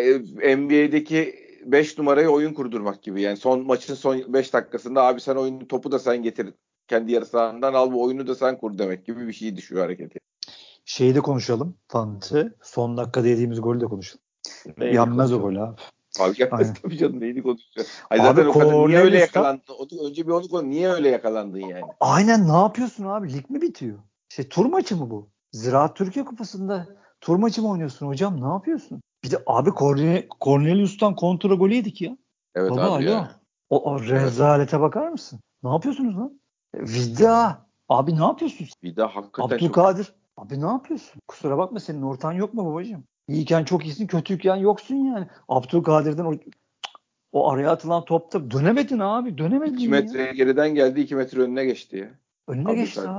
e, N B A'deki beş numaraya oyun kurdurmak gibi. Yani son maçın son beş dakikasında abi sen oyunu topu da sen getir. Kendi yarı sahandan al bu oyunu da sen kur demek gibi bir şey düşüyor hareketi. şeyi de konuşalım. Fante. Son dakika dediğimiz golü de konuşalım. Neyini Yenmez o konuşalım? gol abi. Abi gelmez Aynen. tabii canım neyini konuşacağız. Ay Abi zaten o kadar niye öyle Cornelius'tan yakalandın? O, önce bir onu konu niye öyle yakalandın yani? aynen ne yapıyorsun abi? Lig mi bitiyor? Şey tur maçı mı bu? Ziraat Türkiye Kupası'nda tur maçı mı oynuyorsun hocam? Ne yapıyorsun? Bir de abi Corne- Cornelius'tan kontra golü yedik ya. Evet Baba abi alo. ya. O, o Evet. rezalete bakar mısın? Ne yapıyorsunuz lan? E, Vida. Abi ne yapıyorsun? Bir daha hakikaten çok kötü. Abdülkadir. Abi ne yapıyorsun? Kusura bakma senin ortağın yok mu babacığım? İyiyken çok iyisin, kötüyken yoksun yani. Abdülkadir'den o, o araya atılan topta dönemedin abi. iki Dönemedin ya. metre geriden geldi iki metre önüne geçti ya. Önüne geçti Abdülkadir. abi.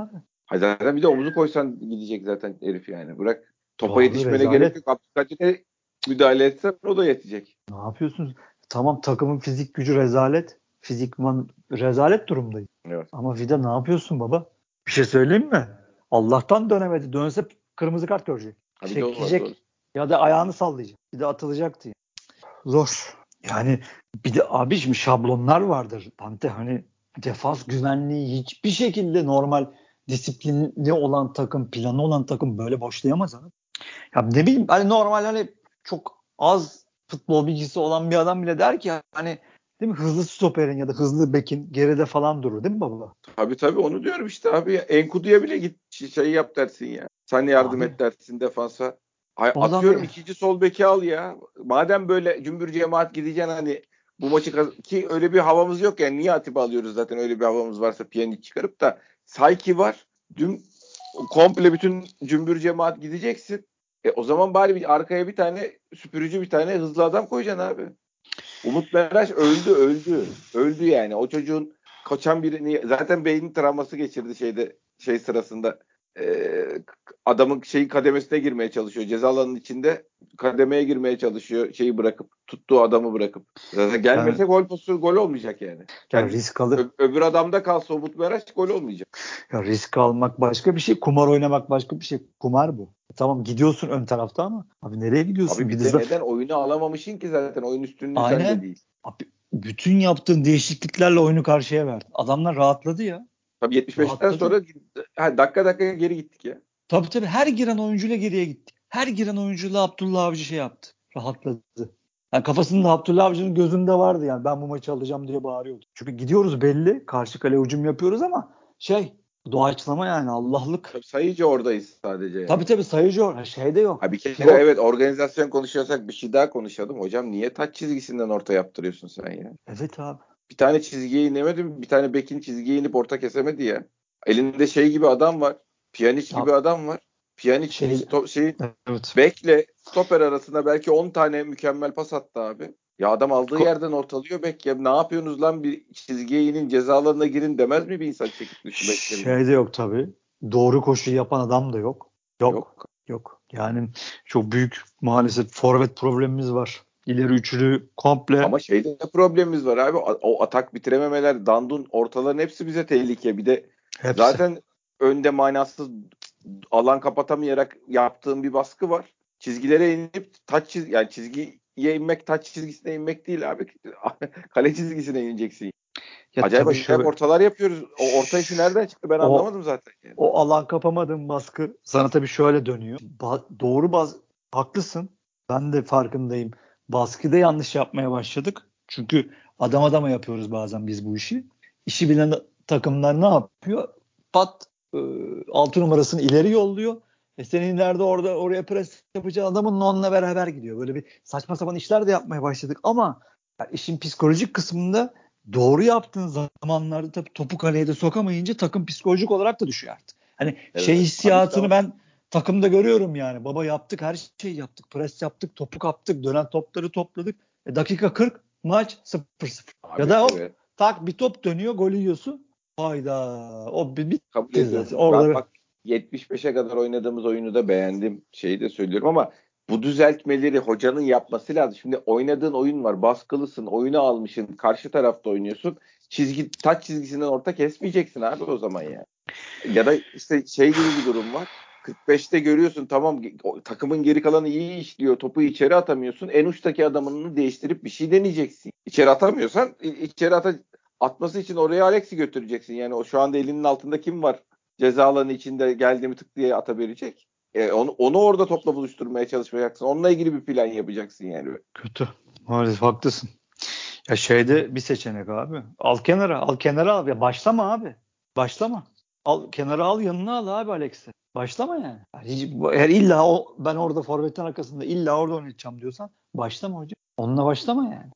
Hayır, zaten bir de omuzu koysan gidecek zaten herif yani. Bırak. Topa Abi yetişmene gerek rezalet. yok. Abdülkadir'e müdahale etsen o da yetecek. Ne yapıyorsunuz? Tamam takımın fizik gücü rezalet. Fizikman rezalet durumdayız. Evet. Ama Vida ne yapıyorsun baba? Bir şey söyleyeyim mi? Allah'tan dönemedi. Dönse kırmızı kart görecek. Ha, bir de o var, doğru. Çekecek. Ya da ayağını sallayacak. Bir de atılacaktı. Yani. Zor. Yani bir de abi şimdi şablonlar vardır. Dante hani defans güvenliği hiçbir şekilde normal disiplinli olan takım, planı olan takım böyle boşlayamaz abi. Ya ne bileyim hani normal hani çok az futbol bilgisi olan bir adam bile der ki hani değil mi hızlı stoperin ya da hızlı bekin geride falan durur değil mi baba? Tabii tabii onu diyorum işte abi. Enkudu'ya bile git şey yap dersin ya. Sen yardım Abi et dersin defansa. Ay, o adam atıyorum ya. ikinci sol beki al ya. Madem böyle cümbür cemaat gideceksin hani bu maçı kaz- ki öyle bir havamız yok yani. Niye Atiba alıyoruz zaten öyle bir havamız varsa Pjanic çıkarıp da Sayki var. Dün komple bütün cümbür cemaat gideceksin. E, o zaman bari bir arkaya bir tane süpürücü bir tane hızlı adam koyacaksın abi. Umut Meraş öldü öldü. Öldü yani. O çocuğun kaçan birini zaten beynin travması geçirdi şeyde şey sırasında. Ee, adamın şeyin kademesine girmeye çalışıyor. Ceza alanının içinde kademeye girmeye çalışıyor. Şeyi bırakıp tuttuğu adamı bırakıp. Zaten Yani, gelmese gol pozisyonu gol olmayacak yani. ya Kendi risk alır. ö- öbür adamda kalsa Umut Meraş gol olmayacak. Ya risk almak başka bir şey, kumar oynamak başka bir şey. Kumar bu. Tamam gidiyorsun ön tarafta ama abi nereye Abi gidiyorsun? Bir bir de de za- neden oyunu alamamışsın ki zaten oyun üstünlüğü sende aynen. değil. Abi, bütün yaptığın değişikliklerle oyunu karşıya verdin. Adamlar rahatladı ya. Tabii yetmiş beşten Rahatladı. sonra ha, dakika dakika geri gittik ya. Tabii tabii her giren oyuncuyla geriye gitti. Her giren oyuncuyla Abdullah Avcı şey yaptı. Rahatladı. Yani kafasında Abdullah Avcı'nın gözünde vardı yani ben bu maçı alacağım diye bağırıyordu. Çünkü gidiyoruz belli. Karşı kale hücum yapıyoruz ama şey doğaçlama yani Allah'lık. Tabii sayıcı oradayız sadece Tabii yani. tabii sayıcı or. Şey de yok. Ha bir kere Yok. evet organizasyon konuşuyorsak bir şey daha konuşalım. Hocam niye taç çizgisinden orta yaptırıyorsun sen ya? Evet abi. Bir tane çizgiye inemedi mi? Bir tane bekin çizgiye inip orta kesemedi ya. Elinde şey gibi adam var. Pjanic Ya gibi adam var. Pjanic şey sto- şey evet. bekle stoper arasında belki on tane mükemmel pas attı abi. Ya adam aldığı Ko- yerden ortalıyor bek ya. Ne yapıyorsunuz lan bir çizgiye inin cezalarına girin demez mi bir insan çekip dışı beklerine? Şey de yok tabii. Doğru koşu yapan adam da yok. Yok. Yok. Yok. Yani çok büyük maalesef forvet problemimiz var. İleri üçlü komple Ama şeyde de problemimiz var abi. O atak bitirememeler, Dandun ortaların hepsi bize tehlike. Bir de hepsi. zaten önde manasız alan kapatamayarak yaptığım bir baskı var. Çizgilere inip taç çiz yani çizgiye inmek taç çizgisine inmek değil abi. Kale çizgisine ineceksin. Ya Acayip tabii acayip şöyle ortalar yapıyoruz. O orta işi nereden çıktı ben o anlamadım zaten. Yani. o alan kapamadığın baskı sana tabii şöyle dönüyor. Ba- doğru baz haklısın. Ben de farkındayım. Baskıda yanlış yapmaya başladık. Çünkü adam adama yapıyoruz bazen biz bu işi. İşi bilen takımlar ne yapıyor? Pat e, altı numarasını ileri yolluyor. E senin ileride orada oraya pres yapacağın adamın onunla beraber gidiyor. Böyle bir saçma sapan işler de yapmaya başladık ama ya işin psikolojik kısmında doğru yaptığın zamanlarda tabii topu kaleye de sokamayınca takım psikolojik olarak da düşüyor artık. Hani şey Evet. Abi işte hissiyatını ben takımda görüyorum yani. Baba yaptık her şeyi yaptık. Pres yaptık, topu kaptık, dönen topları topladık. E, dakika kırk maç sıfır sıfır. Ya abi da hop evet. tak bir top dönüyor gol yiyorsun. Hayda o bir Kabul bitti zaten. ediyorum. Ben Orada bak yetmiş beşe kadar oynadığımız oyunu da beğendim. Şeyi de söylüyorum ama bu düzeltmeleri hocanın yapması lazım. Şimdi oynadığın oyun var. Baskılısın. Oyunu almışsın. Karşı tarafta oynuyorsun. Çizgi, taç çizgisinden orta kesmeyeceksin abi o zaman ya. Ya da işte şey gibi bir durum var. kırk beşte görüyorsun tamam o, takımın geri kalanı iyi işliyor. Topu içeri atamıyorsun. En uçtaki adamını değiştirip bir şey deneyeceksin. İçeri atamıyorsan içeri ata, atması için oraya Alex'i götüreceksin. Yani o şu anda elinin altında kim var? Ceza alanı içinde geldiğimi tık diye atabilecek. E, onu, onu orada topla buluşturmaya çalışmayacaksın. Onunla ilgili bir plan yapacaksın yani. kötü. Maalesef haklısın. Ya şeyde bir seçenek abi. Al kenara, al kenara al. Ya başlama abi. Başlama. Al kenara al yanına al abi Alex'i. Başlama yani. Yani hiç, eğer illa o ben orada forvetin arkasında illa orada oynayacağım diyorsan başlama hocam. Onunla başlama yani.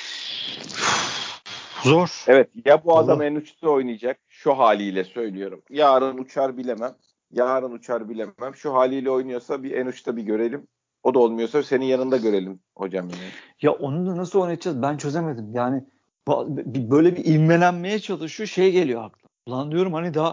Zor. Evet ya bu adam Valla. en uçta oynayacak şu haliyle söylüyorum. Yarın uçar bilemem. Yarın uçar bilemem. Şu haliyle oynuyorsa bir en uçta bir görelim. O da olmuyorsa senin yanında görelim hocam yine. Ya onu da nasıl oynayacağız ben çözemedim. Yani böyle bir ivmelenmeye çalışıyor şey geliyor aklıma. Ulan diyorum hani daha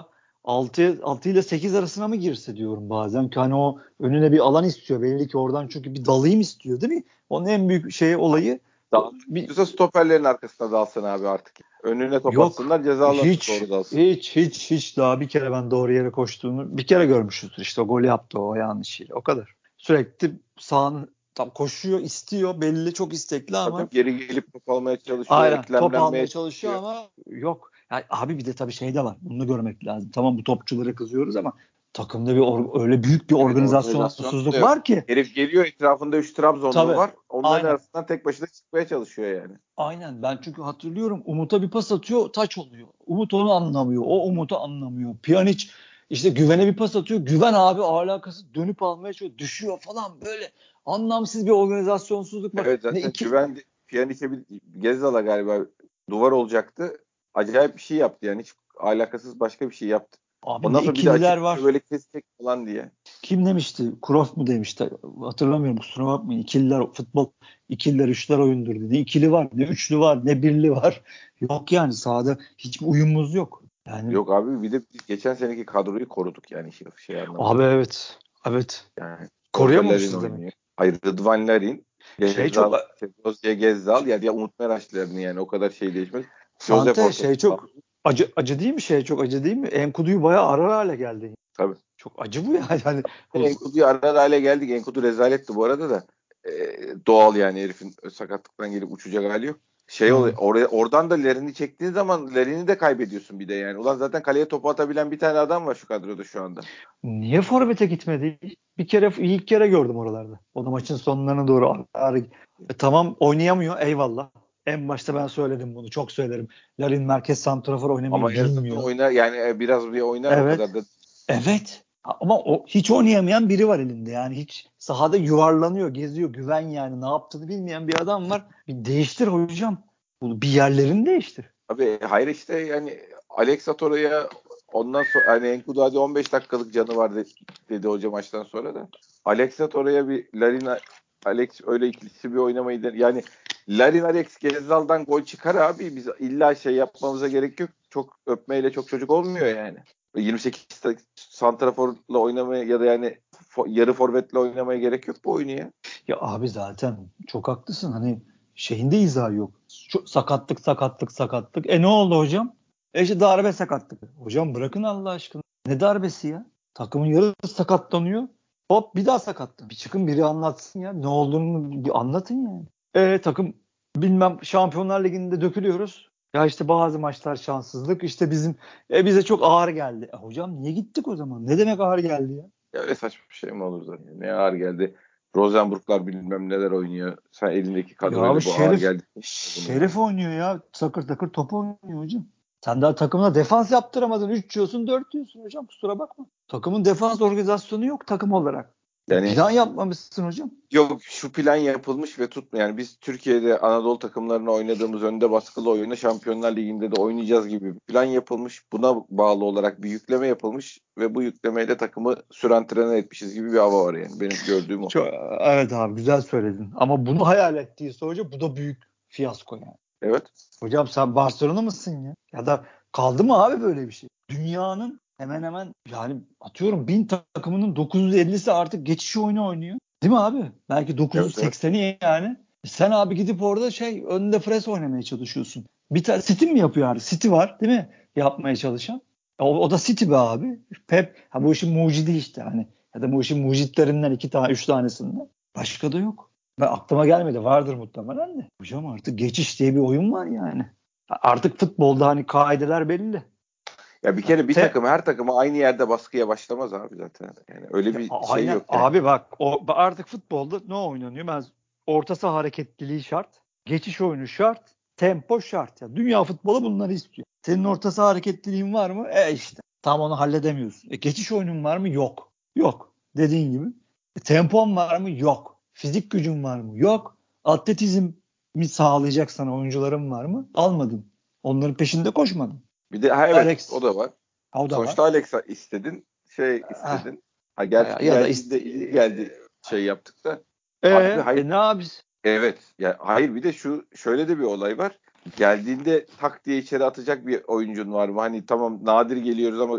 altı, altı ile sekiz arasına mı girse diyorum bazen. Hani o önüne bir alan istiyor. Belli ki oradan çünkü bir dalayım istiyor değil mi? Onun en büyük şey olayı bir, Dağıtıyorsa stoperlerin arkasına dalsın abi artık. Önüne top yok. atsınlar, ceza alanına Hiç doğru dalsın. hiç hiç hiç daha bir kere ben doğru yere koştuğunu bir kere görmüşüzdür. İşte o golü yaptı o yanlışıyla. O kadar. Sürekli sağını tam koşuyor, istiyor. Belli çok istekli ama Tabii geri gelip top almaya çalışıyor, aynen top almaya eklemlenmeye çalışıyor çalışıyor. ama yok. Yani abi bir de tabii şey de var. Bunu da görmek lazım. Tamam bu topçulara kızıyoruz ama takımda bir or- öyle büyük bir Evet, organizasyon da organizasyonsuzluk yok. var ki. Herif geliyor, etrafında üç Trabzonlu Tabii. var. Onların Aynen. arasından tek başına çıkmaya çalışıyor yani. Aynen. Ben çünkü hatırlıyorum. Umut'a bir pas atıyor, taç oluyor. Umut onu anlamıyor. O Umut'u anlamıyor. Pjanic işte Güven'e bir pas atıyor. Güven abi alakası dönüp almaya çalışıyor. Düşüyor falan böyle anlamsız bir organizasyonsuzluk var. Evet, Ne zaten iki Güven Pjanic'e bir Gezzal'a galiba duvar olacaktı. Acayip bir şey yaptı yani. Hiç alakasız başka bir şey yaptı. abi Ondan ne sonra bir de ikililer açık var. böyle kesecek falan diye. Kim demişti? Kroos mu demişti? Hatırlamıyorum kusura bakmayın. İkililer futbol ikililer üçler oyundur dedi. Ne ikili var, ne üçlü var, ne birli var. Yok yani sahada hiçbir uyumumuz yok. Yani Yok abi, bir de biz geçen seneki kadroyu koruduk yani şey, şey abi anlamında. evet. Evet. Yani orada Larin Koruyamamışız oynuyor. demek. Hayır, Rıdvan Larin, Şey çok Gezzal, Rozya Gezzal ya, ya Umut Meraşlarını yani o kadar şey değişmez. Josef Sante orta şey saha. çok acı acı değil mi şey çok acı değil mi? Enkudu'yu bayağı arar hale geldi. Tabii. Çok acı bu ya. Yani bu, Enkudu'yu arar hale geldik. Enkudu rezaletti bu arada da. Ee, doğal yani, herifin sakatlıktan gelip uçacak hali yok. Şey oluyor, hmm. oraya, oradan da Larin'i çektiğin zaman Larin'i de kaybediyorsun bir de yani. Ulan zaten kaleye topu atabilen bir tane adam var şu kadroda şu anda. Niye forvete gitmedi? Bir kere ilk kere gördüm oralarda. O da maçın sonlarına doğru. Ar- ar- E, tamam oynayamıyor eyvallah. En başta ben söyledim bunu. Çok söylerim. Larin merkez santrafor Ama oynamayı en azından bilmiyor. oynar yani, e, biraz bir oynar, o Evet. kadar da. Evet. Ama o hiç oynayamayan biri var elinde. Yani hiç sahada yuvarlanıyor, geziyor. Güven yani ne yaptığını bilmeyen bir adam var. Bir değiştir hocam. Bunu bir yerlerini değiştir. Abi hayır işte yani, Alex Atora'ya ondan sonra hani Enkudu hadi on beş dakikalık canı var de- dedi hoca maçtan sonra da. Alex Atora'ya bir Larin Alex öyle ikilisi bir oynamayı de, yani Larin Alex Gezzal'dan gol çıkar abi, biz illa şey yapmamıza gerek yok. Çok öpmeyle çok çocuk olmuyor yani. yirmi sekiz santraforla oynamaya ya da yani fo- yarı forvetle oynamaya gerek yok bu oyunu ya. Ya abi zaten çok haklısın. Hani şeyin de izahı yok. Şu, sakatlık sakatlık sakatlık. E ne oldu hocam? E işte darbe sakatlık. Hocam bırakın Allah aşkına. Ne darbesi ya? Takımın yarısı sakatlanıyor. Hop bir daha sakatlanıyor. Bir çıkın biri anlatsın ya. Ne olduğunu bir anlatın yani. E takım bilmem Şampiyonlar Ligi'nde dökülüyoruz. Ya işte bazı maçlar şanssızlık. İşte bizim e bize çok ağır geldi. E hocam niye gittik o zaman? Ne demek ağır geldi ya? Ya öyle saçma bir şey mi olur zaten? Ne ağır geldi. Rosenborglar bilmem neler oynuyor. Sen elindeki Ya abi kadroyla bu ağır Şerif geldi. Bunu ya. Şerif oynuyor ya. Takır takır top oynuyor hocam. Sen daha takımına defans yaptıramadın. üç diyorsun dört diyorsun hocam. Kusura bakma. Takımın defans organizasyonu yok takım olarak. E, Yani plan yapmamışsın hocam. yok, şu plan yapılmış ve tutmuyor. Yani biz Türkiye'de Anadolu takımlarına oynadığımız önde baskılı oyunu Şampiyonlar Ligi'nde de oynayacağız gibi bir plan yapılmış. Buna bağlı olarak bir yükleme yapılmış ve bu yüklemeyle takımı sürentrene etmişiz gibi bir hava var yani. Benim gördüğüm o. Çok, evet abi güzel söyledin. Ama bunu hayal ettiyse hoca bu da büyük fiyasko yani. Evet. Hocam sen Barcelona mısın ya? Ya da kaldı mı abi böyle bir şey? Dünyanın hemen hemen yani atıyorum bin takımının dokuz yüz ellisi artık geçiş oyunu oynuyor. Değil mi abi? Belki Evet, evet. dokuz yüz sekseni yani. E sen abi gidip orada şey önde pres oynamaya çalışıyorsun. Bir tane City mi yapıyor abi? City var değil mi? Yapmaya çalışan. E O, o da City be abi. Pep ha bu işin mucidi işte hani. Ya da bu işin mucitlerinden iki tane üç tanesinden. Başka da yok. Ben aklıma gelmedi. Vardır muhtemelen de. Hocam artık geçiş diye bir oyun var yani. Artık futbolda hani kaideler belli. Ya bir Ya, kere bir te, takım her takımı aynı yerde baskıya başlamaz abi zaten. Yani öyle ya, bir a- şey aynen yok yani. abi bak o artık futbolda ne oynanıyor? Ben orta saha hareketliliği şart. Geçiş oyunu şart. Tempo şart. Ya, dünya futbolu bunları istiyor. Senin orta saha hareketliliğin var mı? E işte. Tam onu halledemiyorsun. E, geçiş oyunun var mı? Yok. Yok. Dediğin gibi. E, tempon var mı? Yok. Fizik gücün var mı? Yok. Atletizm mi sağlayacak sana oyuncuların var mı? Almadın. Onların peşinde koşmadın. Bir de ha evet, o Alex. da var. Ha, o da var. Sonuçta Alex istedin, şey Heh, istedin. Ha gerçi ya da geldiğinde ist iyi geldi, şey yaptık da. e, Abi hayır, e ne yapıyorsun? evet. Ya hayır, bir de şu şöyle de bir olay var. Geldiğinde tak diye içeri atacak bir oyuncun var mı? Hani tamam nadir geliyoruz ama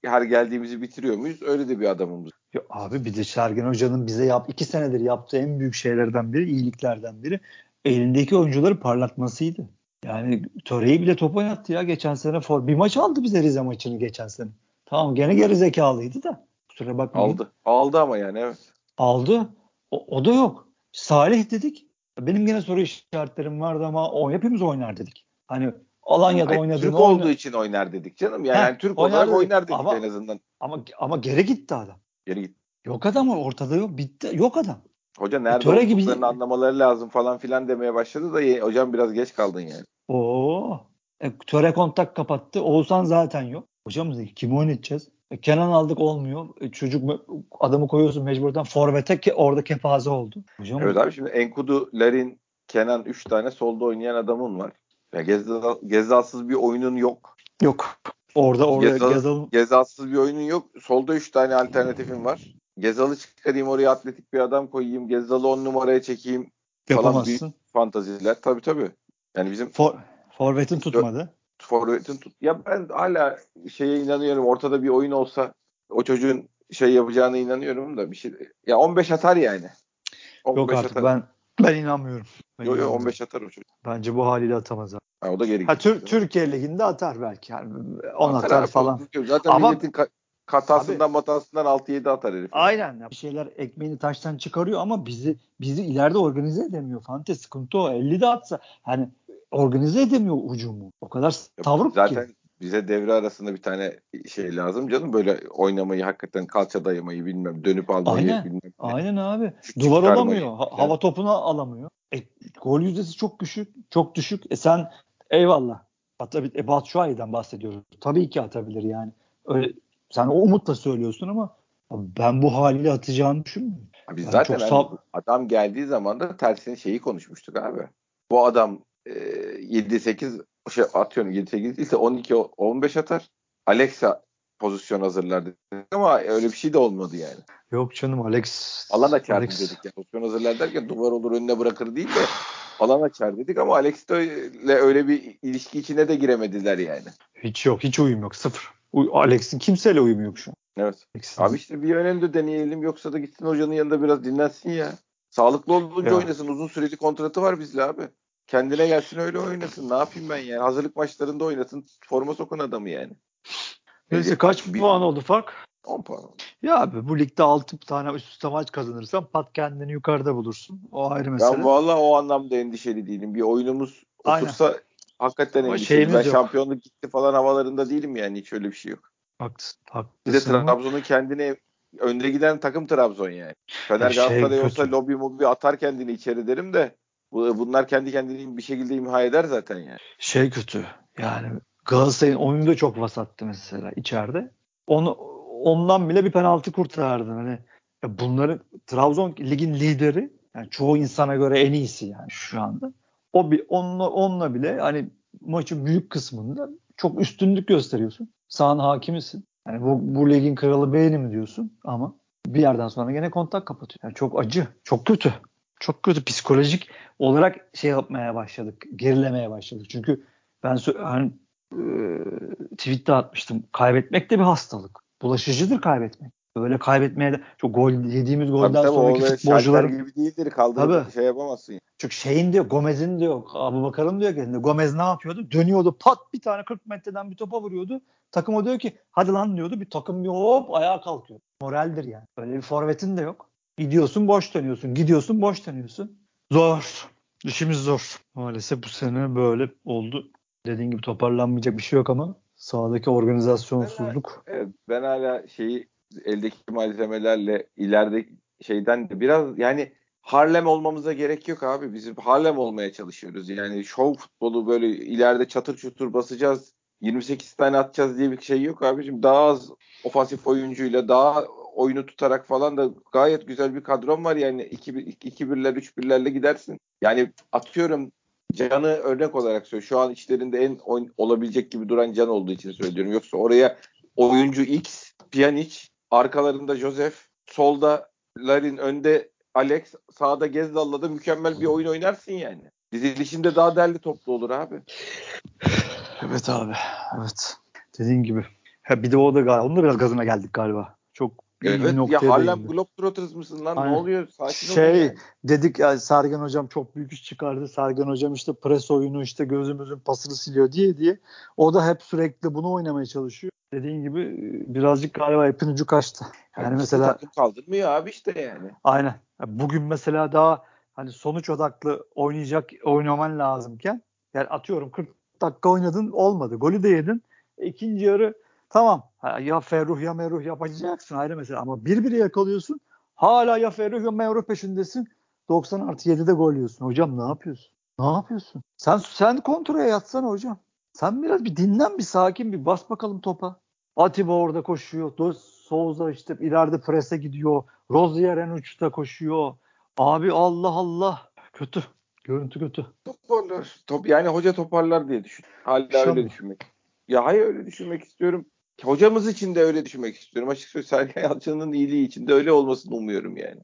her geldiğimizi bitiriyor muyuz? Öyle de bir adamımız. Ya abi bir de Sergen Hoca'nın bize yap iki senedir yaptığı en büyük şeylerden biri, iyiliklerden biri elindeki oyuncuları parlatmasıydı. Yani Töre'yi bile top oynattı ya geçen sene. For bir maç aldı bize Rize maçını geçen sene. Tamam gene geri zekalıydı da. Kusura bakmayın. Aldı. Aldı ama yani evet. Aldı. O, o da yok. Salih dedik. Benim gene soru işaretlerim vardı ama o hepimiz oynar dedik. Hani Alanya'da Hayır, oynadığını Türk oyna. olduğu için oynar dedik canım. Yani, Heh, yani Türk oynar olarak dedik. oynar dedik en Ama azından. ama ama geri gitti adam. Geri git. Yok adam ortada yok. Bitti. Yok adam. Hoca E, nerede Töre olduklarını gibi. anlamaları lazım falan filan demeye başladı da ye- hocam biraz geç kaldın yani. Oo. E, Töre kontak kapattı. Oğuzhan zaten yok. Hocam dedi, kimi oynatacağız? E, Kenan aldık olmuyor. E, çocuk me- adamı koyuyorsun mecburdan forvete ki orada kepaze oldu. Hocam Evet abi şimdi Enkudu, Larin, Kenan üç tane solda oynayan adamın var. Ya Gezdal, Gezdalsız bir oyunun yok. yok. Orada orada Gezal, Gezal Gezalsız bir oyunun yok. Solda üç tane alternatifin var. Gezal'ı çıkarayım oraya atletik bir adam koyayım. Gezal'ı on numaraya çekeyim falan büyük yapamazsın. fantaziler. Tabii tabii. Yani bizim For, forvetin tutmadı. forvetin tut. Ya ben hala şeye inanıyorum. Ortada bir oyun olsa o çocuğun şey yapacağına inanıyorum da bir şey. Ya on beş atar yani. Yok on beş artık atar. ben ben inanmıyorum. Ben Yo yo inanmıyorum. on beş atar o çocuk. Bence bu haliyle atamaz abi. Ha, o da geri Ha gitmiştir Tür- canım. Türkiye Ligi'nde atar belki. Yani on Atar atar abi. falan. Zaten Ama milletin ka- abi katasından matasından altı yedi atar herif yani. aynen bir şeyler ekmeğini taştan çıkarıyor ama bizi bizi ileride organize edemiyor. Fante sıkıntı o. elli de atsa hani organize edemiyor hücumu. O kadar Ya savruk ki. zaten bize devre arasında bir tane şey lazım canım. Böyle oynamayı hakikaten kalça dayamayı bilmem. Dönüp almayı Aynen. bilmem. Ne. Aynen abi. Şut Duvar çıkarmayı olamıyor. Ha- falan. hava topunu alamıyor. E, gol yüzdesi çok düşük. Çok düşük. E sen eyvallah. Atabil e, Batshuayi'den bahsediyoruz. Tabii ki atabilir yani. Öyle, sen o umutla söylüyorsun ama ben bu haliyle atacağını düşünmüyorum. Biz Ben zaten çok hani sağ... adam geldiği zaman da tersini şeyi konuşmuştuk abi. Bu adam e, yedi sekiz şey atıyorum yedi sekiz değil de on iki on beş atar. Alexa pozisyon hazırlar dedik ama öyle bir şey de olmadı yani. Yok canım Alex Alan açardı Alex dedik ya. Pozisyon hazırlar derken duvar olur önüne bırakır değil de alan açar dedik ama Alex ile öyle bir ilişki içine de giremediler yani. hiç yok. Hiç uyum yok. Sıfır. Uy- Alex'in kimseyle uyumu yok şu an. Evet. Abi Alex'in işte bir önemli deneyelim yoksa da gitsin hocanın yanında biraz dinlensin ya. Sağlıklı olunca ya oynasın. Uzun süreli kontratı var bizle abi. Kendine gelsin öyle oynasın. Ne yapayım ben yani? Hazırlık maçlarında oynasın. Forma sokun adamı yani. Ne neyse diyeyim kaç abi? Bir puan oldu fark? on puan oldu. Ya abi bu ligde altı tane üst üste maç kazanırsan pat kendini yukarıda bulursun. O ayrı Ben mesele. vallahi o anlamda endişeli değilim. Bir oyunumuz Aynen. otursa hakikaten Ama endişeliyim. Ben şeyimiz yok. şampiyonluk gitti falan havalarında değilim yani. Hiç öyle bir şey yok. Haklısın, Bir de haklısın ama Trabzon'un kendine önde giden takım Trabzon yani. ya Fener şey Galatasaray olsa kötü. lobi mobi atar kendini içeri derim de bu- bunlar kendi kendini bir şekilde imha eder zaten yani. Şey kötü. Yani Galatasaray'ın oyunu da çok vasattı mesela içeride. Onu ondan bile bir penaltı kurtardın. Hani ya bunların Trabzon ligin lideri yani çoğu insana göre en iyisi yani şu anda. O bir onunla onunla bile hani maçın büyük kısmında çok üstünlük gösteriyorsun. Sahanın hakimisin. Yani bu, bu ligin kralı benim diyorsun ama bir yerden sonra gene kontak kapatıyor. Yani çok acı, çok kötü. Çok kötü psikolojik olarak şey yapmaya başladık. Gerilemeye başladık. Çünkü ben sö- hani, e, tweet'te atmıştım. Kaybetmek de bir hastalık. Bulaşıcıdır kaybetmek. Böyle kaybetmeye de çok gol yediğimiz Tabii golden tabii o sonraki böyle şalter futbolcuların gibi değildir tabii kaldırıp şey yapamazsın. Yani. çünkü şeyin diyor Gomez'in diyor Abubakar'ın diyor ki Gomez ne yapıyordu? Dönüyordu pat bir tane kırk metreden bir topa vuruyordu. Takım o diyor ki hadi lan diyordu. Bir takım bir hop ayağa kalkıyor. Moraldir yani. Öyle bir forvetin de yok. Gidiyorsun boş dönüyorsun. Gidiyorsun boş dönüyorsun. Zor. İşimiz zor. Maalesef bu sene böyle oldu. Dediğin gibi toparlanmayacak bir şey yok ama sahadaki Ben hala, organizasyonsuzluk. evet, ben hala şeyi eldeki malzemelerle ileride şeyden de biraz yani Harlem olmamıza gerek yok abi. Biz Harlem olmaya çalışıyoruz. Yani şov futbolu böyle ileride çatır çutur basacağız. yirmi sekiz tane atacağız diye bir şey yok abicim. Daha az ofansif oyuncuyla daha oyunu tutarak falan da gayet güzel bir kadron var yani iki birler üç birlerle gidersin. Yani atıyorum Can'ı örnek olarak söylüyorum. Şu an içlerinde en oyun, olabilecek gibi duran Can olduğu için söylüyorum. Yoksa oraya oyuncu X, Pjanic, arkalarında Joseph, solda Larin, önde Alex, sağda Gezdal'la da mükemmel bir oyun oynarsın yani. Dizilişinde daha derli toplu olur abi. Evet abi. Evet. Dediğin gibi. Ha, bir de o da galiba. Onun da biraz gazına geldik galiba. Çok iyi bir Evet ya, noktaya Harlem değindi. Globetrotters mısın lan? Ne Aynen. oluyor? Sakin olun Şey yani. dedik ya, Sergen hocam çok büyük iş çıkardı. Sergen hocam işte pres oyunu, işte gözümüzün pasını siliyor diye diye. O da hep sürekli bunu oynamaya çalışıyor. Dediğin gibi birazcık galiba ipin ucu kaçtı. Ya Yani işte mesela takım kaldırmıyor abi işte yani. aynen. Bugün mesela daha hani sonuç odaklı oynayacak oynaman lazımken, yani atıyorum kırk dakika oynadın, olmadı. Golü de yedin. E, ikinci yarı tamam. Ha, ya Ferruh ya Merruh yapacaksın, ayrı mesela, ama bir biri yakalıyorsun. Hala ya Ferruh ya Merruh peşindesin. doksan artı yedide gol yiyorsun. Hocam ne yapıyorsun? Ne yapıyorsun? Sen sen kontraya yatsana hocam. Sen biraz bir dinlen, bir sakin, bir bas bakalım topa. Atiba orada koşuyor. Dos Souza işte ileride prese gidiyor. Rozier en uçta koşuyor. Abi Allah Allah. Kötü. Görüntü kötü. Toparlar. Top, yani hoca toparlar diye düşün. Hala öyle İnşallah. düşünmek. Ya hayır, öyle düşünmek istiyorum. Hocamız için de öyle düşünmek istiyorum. Açıkçası Sergen Yalçın'ın iyiliği için de öyle olmasını umuyorum yani.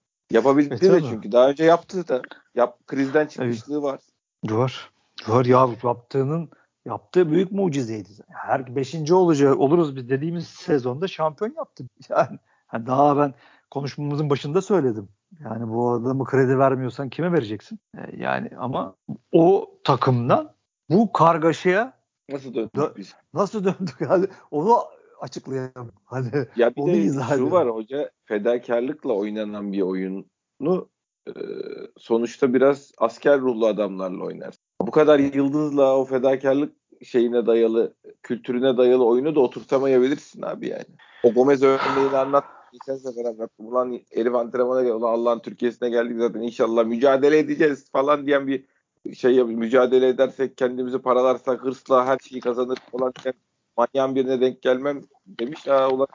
E Yapabildi de, tabi. çünkü daha önce yaptı da. Yap, krizden E, çıkmışlığı var. var. Var ya, yaptığının yaptığı büyük mucizeydi. Her beşinci olacak oluruz biz dediğimiz sezonda şampiyon yaptı. Yani, yani daha ben konuşmamızın başında söyledim. Yani bu adamı kredi vermiyorsan kime vereceksin? E, yani ama o takımdan bu kargaşaya Nasıl Dö- döndük biz? nasıl döndük? Hadi onu açıklayalım. Hadi Ya bir onu de izah şu edelim. var, hoca fedakarlıkla oynanan bir oyunu e, sonuçta biraz asker ruhlu adamlarla oynar. Bu kadar yıldızla o fedakarlık şeyine dayalı, kültürüne dayalı oyunu da oturtamayabilirsin abi yani. O Gomez örneğini anlat. Geçen sefer anlattım. Ulan herif antrenmana gel. Ulan Allah'ın Türkiye'sine geldik zaten, inşallah mücadele edeceğiz falan diyen bir şey yapıyor. Mücadele edersek, kendimizi paralarsak, hırsla her şeyi kazanır falan diyen manyağın birine denk gelmem demiş. Aa, ulan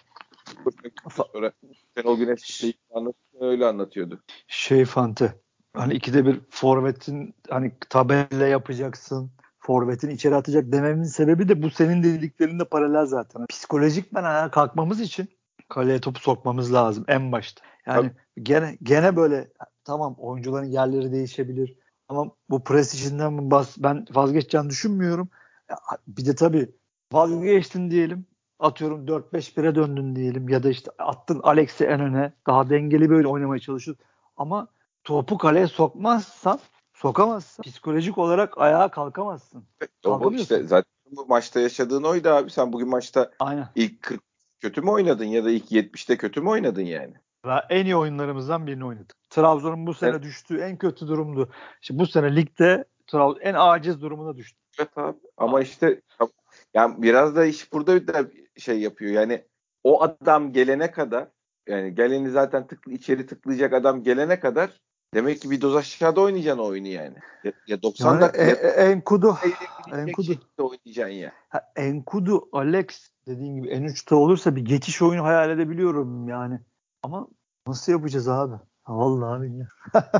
hoşuna gitti Fa- sonra. Sen o güneş ş- şeyi anlatırken öyle anlatıyordu. Şey Fante. Hani ikide bir forvetin hani tabela yapacaksın. Forvetin içeri atacak dememin sebebi de bu senin dediklerinde paralel zaten. Psikolojik ben ayağa kalkmamız için kaleye topu sokmamız lazım en başta. Tabii, Yani gene gene böyle tamam, oyuncuların yerleri değişebilir. Ama bu pres işinden bas, ben vazgeçeceğini düşünmüyorum. Ya, bir de tabii vazgeçtin diyelim. Atıyorum dört beş bire döndün diyelim, ya da işte attın Alex'i en öne. Daha dengeli böyle oynamaya çalışıyorsun. Ama topu kaleye sokmazsan, sokamazsın. Psikolojik olarak ayağa kalkamazsın. o Kalkamıyorsun. işte zaten bu maçta yaşadığın oydu abi. Sen bugün maçta Aynen. ilk kırk kötü mü oynadın ya da ilk yetmişte kötü mü oynadın yani? Ve en iyi oyunlarımızdan birini oynadık. Trabzon'un bu Evet, sene düştüğü en kötü durumdu. İşte bu sene ligde Trabzon en aciz durumuna düştü. evet abi. Ama Aa, işte yani biraz da iş burada da şey yapıyor. Yani o adam gelene kadar, yani geleni zaten tıklı, içeri tıklayacak adam gelene kadar demek ki bir doz aşağıda oynayacaksın o oyunu yani. Ya, ya doksan Yani dakika e, ya e, Enkudu eğlenebilecek Enkudu şekilde oynayacaksın ya. ha, Enkudu Alex dediğin gibi en uçta olursa bir geçiş oyunu hayal edebiliyorum yani. Ama nasıl yapacağız abi? Ha, vallahi bilmiyorum.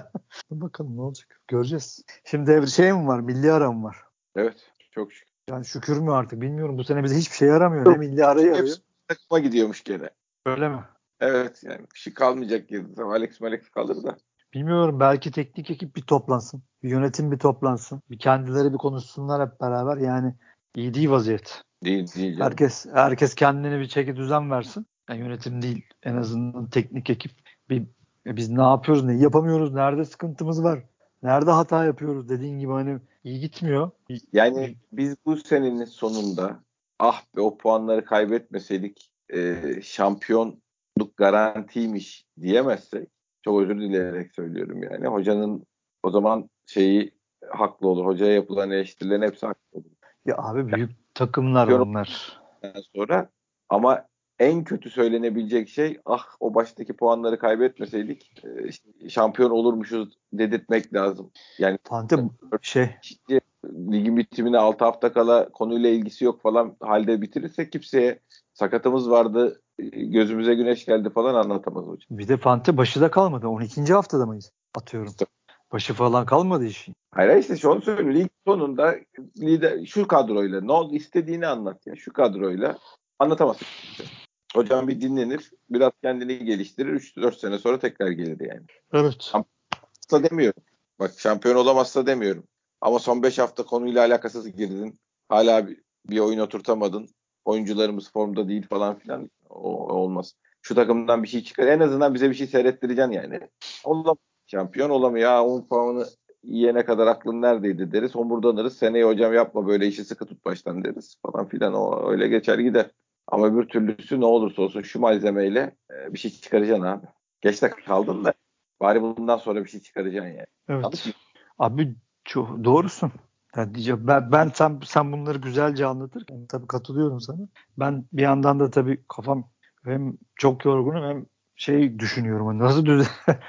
Bakalım ne olacak. Göreceğiz. Şimdi bir şey mi var? Milli ara mı var? Evet, çok şükür. Yani şükür mü artık bilmiyorum. Bu sene bize hiçbir şey yaramıyor. Ne milli ara yarıyor. Hepsi takıma gidiyormuş gene. Öyle mi? Evet, yani bir şey kalmayacak geride. Tamam, Alex Malex kalır da. Bilmiyorum. Belki teknik ekip bir toplansın. Bir yönetim bir toplansın. Bir kendileri bir konuşsunlar hep beraber. Yani iyi değil vaziyet. Değil, değil canım. Herkes herkes kendine bir çeki düzen versin. Yani yönetim değil. En azından teknik ekip bir e biz ne yapıyoruz, ne yapamıyoruz, nerede sıkıntımız var, nerede hata yapıyoruz dediğin gibi hani iyi gitmiyor. Yani biz bu senenin sonunda, ah be, o puanları kaybetmeseydik e, şampiyonluk garantiymiş diyemezsek, çok özür dileyerek söylüyorum yani. Hocanın o zaman şeyi haklı olur. Hocaya yapılan eleştirilerin hepsi haklı olur. Ya abi büyük takımlar Şampiyon bunlar. olduktan sonra, ama en kötü söylenebilecek şey, ah o baştaki puanları kaybetmeseydik e, işte şampiyon olurmuşuz dedirtmek lazım. Yani Fante şey ciddi ligin bitimine altı hafta kala konuyla ilgisi yok falan halde bitirirsek, kimseye sakatımız vardı, gözümüze güneş geldi falan anlatamaz hocam. bir de Fante başı da kalmadı. on ikinci haftada mıyız? Atıyorum. İşte, Başı falan kalmadı işin. hayır işte şunu söylüyorum. Lig sonunda lider, şu kadroyla ne oldu, istediğini anlat ya. Şu kadroyla anlatamazsın. Hocam bir dinlenir, biraz kendini geliştirir, üç dört sene sonra tekrar gelir yani. Evet. Şampiyonsa demiyorum. Bak, şampiyon olamazsa demiyorum. Ama son beş hafta konuyla alakasız girdin. Hala bir, bir oyun oturtamadın. oyuncularımız formda değil falan filan. O, o olmaz. Şu takımdan bir şey çıkar. En azından bize bir şey seyrettireceksin yani. Olamıyor. Şampiyon olamıyor. Ya on puanı yiyene kadar aklın neredeydi deriz. Homurdanırız. Seneye hocam yapma böyle işi sıkı tut baştan deriz falan filan. O öyle geçer gider. Ama bir türlüsü ne olursa olsun şu malzemeyle e, bir şey çıkaracaksın abi. Geç de kaldın da bari bundan sonra bir şey çıkaracaksın yani. Evet. Abi çok doğrusun. Yani diyeceğim, ben, ben sen, sen bunları güzelce anlatırken tabii katılıyorum sana. Ben bir yandan da tabii kafam hem çok yorgunum hem şey düşünüyorum. Hani nasıl düz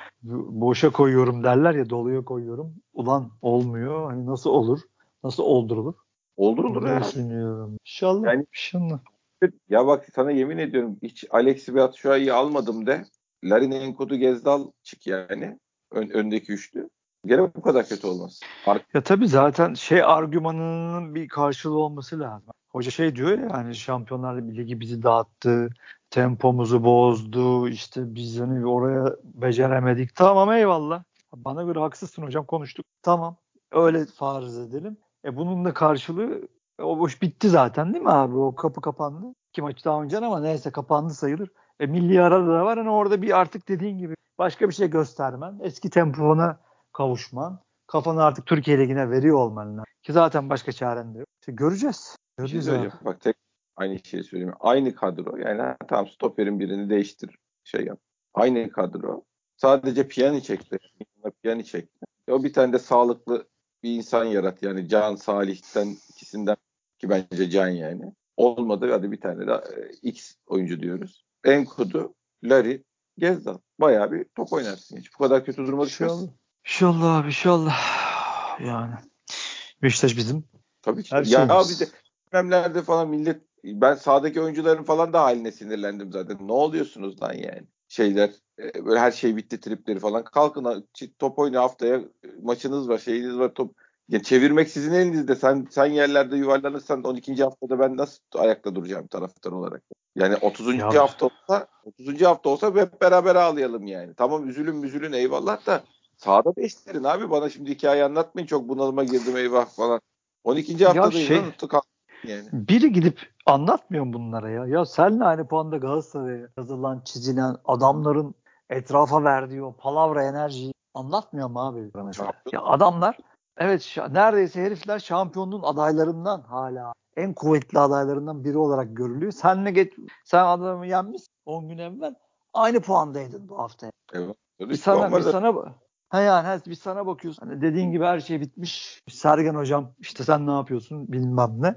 boşa koyuyorum derler ya, doluya koyuyorum. Ulan olmuyor. Hani nasıl olur? Nasıl oldurulur? Oldurulur Onu ya. düşünüyorum. İnşallah. Yani İnşallah. ya bak sana yemin ediyorum hiç Alex'i ve Batshuayi'yi almadım de. Larin Enkodu Gezdal çık yani. Ön, öndeki üçlü. Gene bu kadar kötü olmaz. Ar- Ya tabii zaten şey argümanının bir karşılığı olması lazım. Hoca şey diyor ya, hani Şampiyonlar Ligi bizi dağıttı, tempomuzu bozdu, işte biz hani oraya beceremedik. Tamam, eyvallah. Bana göre haksızsın hocam, konuştuk. Tamam, öyle farz edelim. E bunun da karşılığı, e, o boş bitti zaten değil mi abi? O kapı kapandı. İki maç daha oynayacaksın ama neyse, kapandı sayılır. E milli arada da var. Hani orada bir artık dediğin gibi başka bir şey göstermen, eski tempona kavuşman, kafanı artık Türkiye Ligi'ne veriyor olman lazım. Ki zaten başka çaren de yok. İşte göreceğiz. bir şey Göreceğiz abi. söyleyeceğim. Bak tek aynı şeyi söyleyeyim. Aynı kadro. Yani ha, tamam stoperin birini değiştir. Şey yap. Aynı kadro. Sadece Pjanic çekti. Pjanic çekti. E o bir tane de sağlıklı bir insan yarat. Yani Can Salih'ten ikisinden ki bence Can yani. Olmadı. Hadi bir tane de e, X oyuncu diyoruz. Enkudu, Larry, Gezdal. Bayağı bir top oynarsın. Hiç bu kadar kötü duruma İnşallah. düşmezsin. İnşallah abi, inşallah. Yani Beşiktaş bizim Tabii ki. her Ya bir de şeyimiz. dönemlerde falan millet ben sahadaki oyuncuların falan da haline sinirlendim zaten. Ne oluyorsunuz lan yani? Şeyler e, böyle her şey bitti tripleri falan. Kalkın ha- çi- top oyunu haftaya e, maçınız var, şeyiniz var top. Ya çevirmek sizin elinizde. Sen sen yerlerde yuvarlanırsan on ikinci haftada ben nasıl ayakta duracağım taraftar olarak? Yani otuzuncu Ya hafta olsa otuzuncu hafta olsa hep beraber ağlayalım yani. Tamam üzülün üzülün eyvallah da sahada değiştirin abi. Bana şimdi hikaye anlatmayın. Çok bunalıma girdim eyvah falan. on ikinci ya haftadayız şey lan tuttu kalk yani. biri gidip anlatmıyor mu bunlara ya? Ya seninle aynı puanda Galatasaray'a yazılan, çizilen adamların etrafa verdiği o palavra enerjiyi anlatmıyor mu abi mesela? Şampiyon Ya adamlar, evet, şa- neredeyse herifler şampiyonluğun adaylarından, hala en kuvvetli adaylarından biri olarak görülüyor. Sen ne geç, sen adamı yenmişsin on gün evvel, aynı puandaydın bu hafta. eyvah. Bir Hiç puan sana bir var da sana ha yani ha, bir sana bakıyorsun. Hani dediğin gibi her şey bitmiş. Sergen hocam işte sen ne yapıyorsun bilmem ne.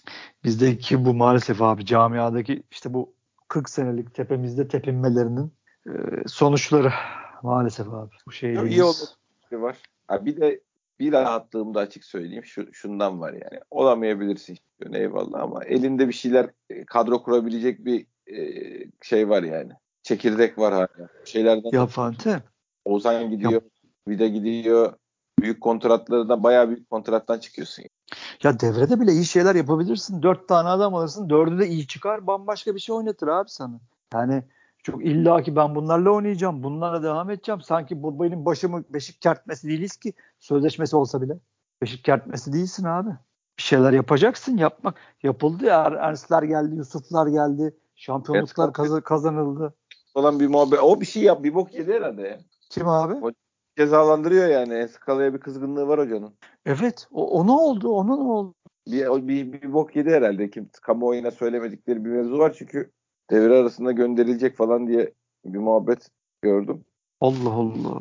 Bizdeki bu maalesef abi, camiadaki işte bu kırk senelik tepemizde tepinmelerinin e, sonuçları maalesef abi. Bu iyi olması şeyliğimiz. var. Ha, bir de bir rahatlığım da açık söyleyeyim. Şu, şundan var yani. Olamayabilirsin şampiyon eyvallah ama elinde bir şeyler e, kadro kurabilecek bir e, şey var yani. Çekirdek var hala. Şeylerden de Ya Fatih, Oğuzhan ya, gidiyor. Vida gidiyor. Büyük kontratlardan bayağı büyük kontrattan çıkıyorsun. ya devrede bile iyi şeyler yapabilirsin. Dört tane adam alırsın. Dördü de iyi çıkar. Bambaşka bir şey oynatır abi sana. Yani çok illa ki ben bunlarla oynayacağım, bunlarla devam edeceğim. Sanki bu benim başımı beşik kertmesi değiliz ki, sözleşmesi olsa bile. Beşik kertmesi değilsin abi. Bir şeyler yapacaksın, yapmak. Yapıldı ya. Er- Ernstler geldi, Yusuflar geldi. En Şampiyonluklar kaz- kazanıldı. olan bir muhabbet. O bir şey yap. Bir bok yedi herhalde ya. Kim abi? O cezalandırıyor yani. Enskala'ya bir kızgınlığı var hocanın. Evet. O, o ne oldu? Ona ne oldu? Bir, o bir, bir bok yedi herhalde. Kim, kamuoyuna söylemedikleri bir mevzu var çünkü devre arasında gönderilecek falan diye bir muhabbet gördüm. Allah Allah.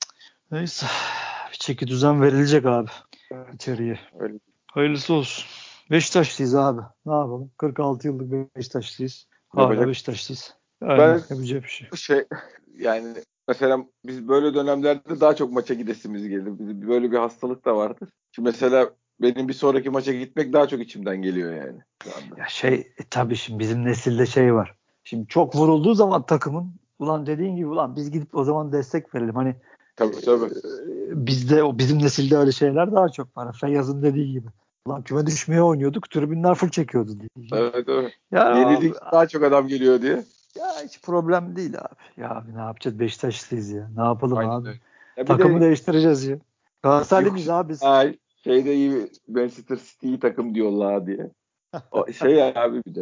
Neyse. Bir çeki düzen verilecek abi Evet. içeriye. Öyle. Hayırlısı olsun. Beşiktaşlıyız abi. Ne yapalım? kırk altı yıllık Beşiktaşlıyız. Hala Yapacak. Beşiktaşlıyız. Aynen. Ben Yapacak bir şey. şey yani mesela biz böyle dönemlerde daha çok maça gidesimiz gelir. Bizim böyle bir hastalık da vardır. Şimdi mesela benim bir sonraki maça gitmek daha çok içimden geliyor yani şu anda. Ya şey, e, tabii şimdi bizim nesilde şey var. Şimdi çok vurulduğu zaman takımın, ulan dediğin gibi, ulan biz gidip o zaman destek verelim. Hani Tabii tabii. e, bizde, o bizim nesilde öyle şeyler daha çok var. Feyyaz'ın dediği gibi. Ulan küme düşmeye oynuyorduk. Tribünler full çekiyordu diye. Evet evet. Ya abi, Yenilik daha çok adam geliyor diye. ya hiç problem değil abi. Ya abi ne yapacağız? Beşiktaşlıyız ya. Ne yapalım Aynen abi? öyle. Ya bir Takımı de değiştireceğiz ya. Galatasaraylı yok mıyız abi biz? ay şeyde iyi Manchester City iyi takım diyorlar diye. O şey abi bir de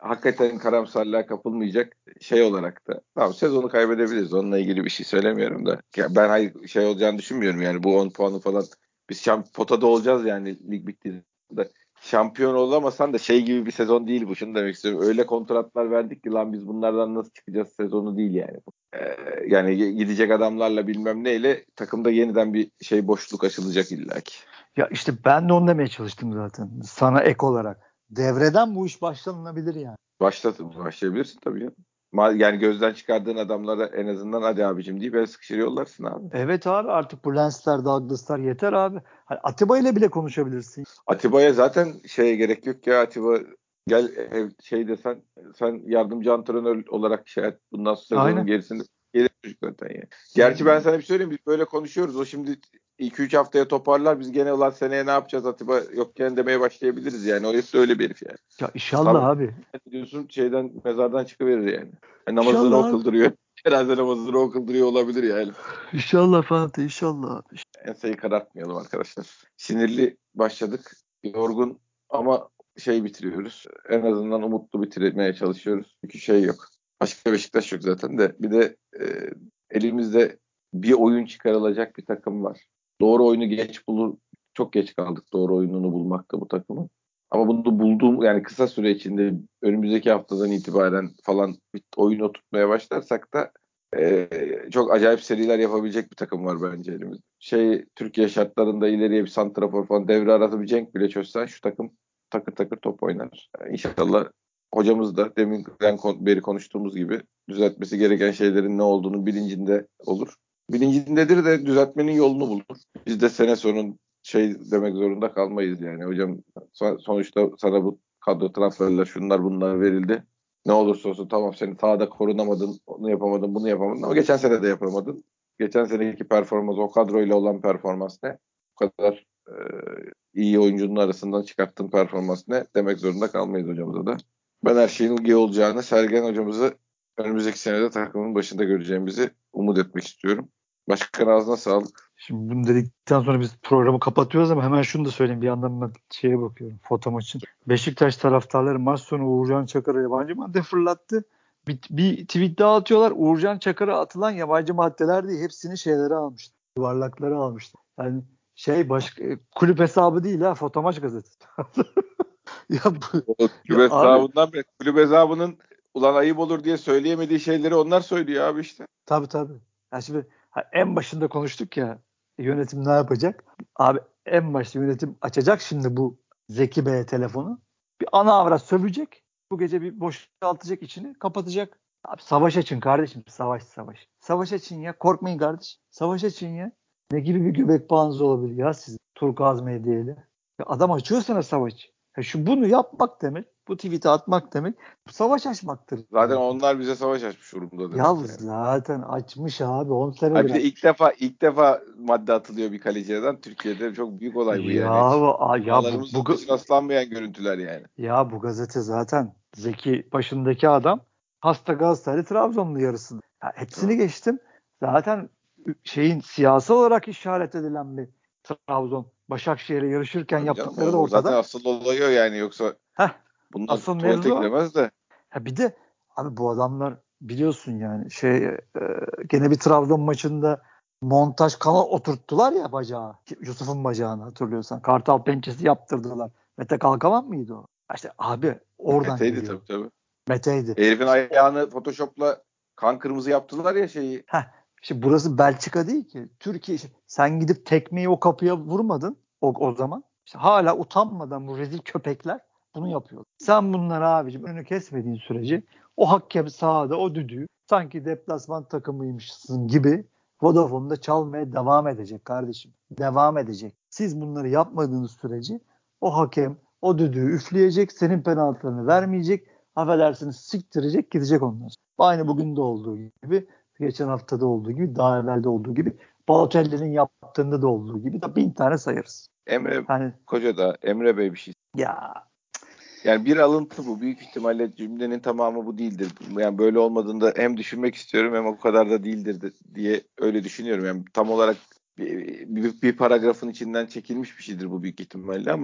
hakikaten karamsarlığa kapılmayacak şey olarak da. Tamam, sezonu kaybedebiliriz. Onunla ilgili bir şey söylemiyorum da. Ya ben hayır şey olacağını düşünmüyorum yani bu on puanı falan. Biz şamp potada olacağız yani lig bittiğinde. Şampiyon olamasan da şey gibi bir sezon değil bu. Şunu demek istiyorum. Öyle kontratlar verdik ki lan biz bunlardan nasıl çıkacağız sezonu değil yani. Ee, yani gidecek adamlarla bilmem neyle takımda yeniden bir şey boşluk açılacak illaki. Ya işte ben de onu demeye çalıştım zaten. Sana ek olarak. Devreden bu iş başlanılabilir yani. Başlat, başlayabilirsin tabii ya. Ma- Yani gözden çıkardığın adamlara en azından hadi abicim deyip el sıkışır yollarsın abi. Evet abi artık bu Lensler, Douglas'lar yeter abi. Hani Atiba ile bile konuşabilirsin. Atiba'ya zaten şeye gerek yok ya. Atiba gel ev, şey desen sen yardımcı antrenör olarak şey et, bundan sonra sezonun Aynen. gerisinde gelir çocuk zaten ya. Gerçi ben sana bir söyleyeyim, biz böyle konuşuyoruz. O şimdi iki üç haftaya toparlar. Biz gene olan seneye ne yapacağız Atiba yokken demeye başlayabiliriz yani. O öyle bir herif yani. Ya inşallah Sabah abi. diyorsun şeyden mezardan çıkıverir yani. yani namazını İnşallah abi. okul Cenaze namazını okul olabilir yani. İnşallah Fatih inşallah abi. Enseyi karartmayalım arkadaşlar. Sinirli başladık. Yorgun ama şey bitiriyoruz. En azından umutlu bitirmeye çalışıyoruz. Çünkü şey yok. Başka Beşiktaş yok zaten de. Bir de e, elimizde bir oyun çıkarılacak bir takım var. Doğru oyunu geç bulur. Çok geç kaldık doğru oyununu bulmakta bu takımın. Ama bunu bulduğum yani kısa süre içinde önümüzdeki haftadan itibaren falan bir oyun oturtmaya başlarsak da ee, çok acayip seriler yapabilecek bir takım var bence elimizde. Şey Türkiye şartlarında ileriye bir santrafor falan devre arası bir Cenk bile çözsen şu takım takır takır top oynar. Yani İnşallah hocamız da deminden beri konuştuğumuz gibi düzeltmesi gereken şeylerin ne olduğunu bilincinde olur. Bilincindedir de düzeltmenin yolunu bulur. Biz de sene sonu şey demek zorunda kalmayız yani. Hocam sonuçta sana bu kadro transferler şunlar bunlar verildi. Ne olursa olsun tamam seni sahada korunamadın, onu yapamadın, bunu yapamadın ama geçen sene de yapamadın. Geçen seneki performans, o kadroyla olan performans ne? Bu kadar e, iyi oyuncunun arasından çıkarttığın performans ne? Demek zorunda kalmayız hocamıza da. Ben her şeyin iyi olacağını, Sergen hocamızı önümüzdeki senede takımın başında göreceğimizi umut etmek istiyorum. Başkan ağzına sağlık. Şimdi bunu dedikten sonra biz programı kapatıyoruz ama hemen şunu da söyleyeyim. Bir yandan ben şeye bakıyorum fotom için. Beşiktaş taraftarları maç sonu Uğurcan Çakır'a yabancı madde fırlattı. Bir, bir tweet daha atıyorlar. Uğurcan Çakır'a atılan yabancı maddeler değil. Hepsini şeyleri almıştı. Yuvarlakları almıştı. Yani şey başka kulüp hesabı değil ha. Fotomaç gazetesi. ya bu, O ya kulüp abi hesabından beri, kulüp hesabının ulan ayıp olur diye söyleyemediği şeyleri onlar söylüyor abi işte. tabii tabii. Ya şimdi ha, en başında konuştuk ya yönetim ne yapacak? Abi en başta yönetim açacak şimdi bu Zeki Bey'e telefonu. Bir ana avrat sövecek. Bu gece bir boşaltacak içini kapatacak. Abi savaş açın kardeşim. Savaş savaş. Savaş açın ya. Korkmayın kardeş. Savaş açın ya. Ne gibi bir göbek bağınız olabilir ya sizin Turkuaz Medya. Ya adam açıyor sana savaş. Ya şu bunu yapmak demek. Bu tweet'i atmak demek. Savaş açmaktır. Zaten onlar bize savaş açmış durumda Ya demek yani. zaten açmış abi on Ay senedir bir de açmış. ilk defa ilk defa madde atılıyor bir kaleciden. Türkiye'de çok büyük olay bu Ya yani. Hiç a- ya bu, sahalarımızda bu hiç rastlanmayan görüntüler yani. ya bu gazete zaten Zeki başındaki adam hasta Galatasaraylı Trabzonlu yarısı. Ya hepsini Hı. geçtim. Zaten şeyin siyasal olarak işaret edilen bir Trabzon Başakşehir'e yarışırken Tabii canım o, yaptıkları da o zaten ortada. asıl olayı o yani yoksa Heh, bunlar asıl tuvalete mevzu o. gidemez de. Ha bir de abi bu adamlar biliyorsun yani şey e, gene bir Trabzon maçında montaj kanal oturttular ya bacağı. Yusuf'un bacağını hatırlıyorsan. Kartal pençesi yaptırdılar. Mete Kalkavan mıydı o? Ha İşte abi oradan Meteydi geliyor. tabii tabii. Mete'ydi. Herifin İşte, ayağını Photoshop'la kan kırmızı yaptılar ya şeyi. heh, işte burası Belçika değil ki. Türkiye işte, sen gidip tekmeyi o kapıya vurmadın o, o zaman. İşte hala utanmadan bu rezil köpekler bunu yapıyor. Sen bunları abicim önünü kesmediğin sürece o hakem sahada o düdüğü sanki deplasman takımıymışsın gibi Vodafone'da çalmaya devam edecek kardeşim. Devam edecek. Siz bunları yapmadığınız sürece o hakem o düdüğü üfleyecek, senin penaltılarını vermeyecek, affedersiniz siktirecek gidecek ondan sonra. Aynı bugün de olduğu gibi, geçen haftada olduğu gibi, daha evvelde olduğu gibi, Balotelli'nin yaptığında da olduğu gibi da bin tane sayarız. Emre Hani Koca da Emre Bey bir şey. ya Yani bir alıntı bu. Büyük ihtimalle cümlenin tamamı bu değildir. Yani böyle olmadığında hem düşünmek istiyorum hem o kadar da değildir de, diye öyle düşünüyorum. Yani tam olarak bir, bir, bir paragrafın içinden çekilmiş bir şeydir bu büyük ihtimalle ama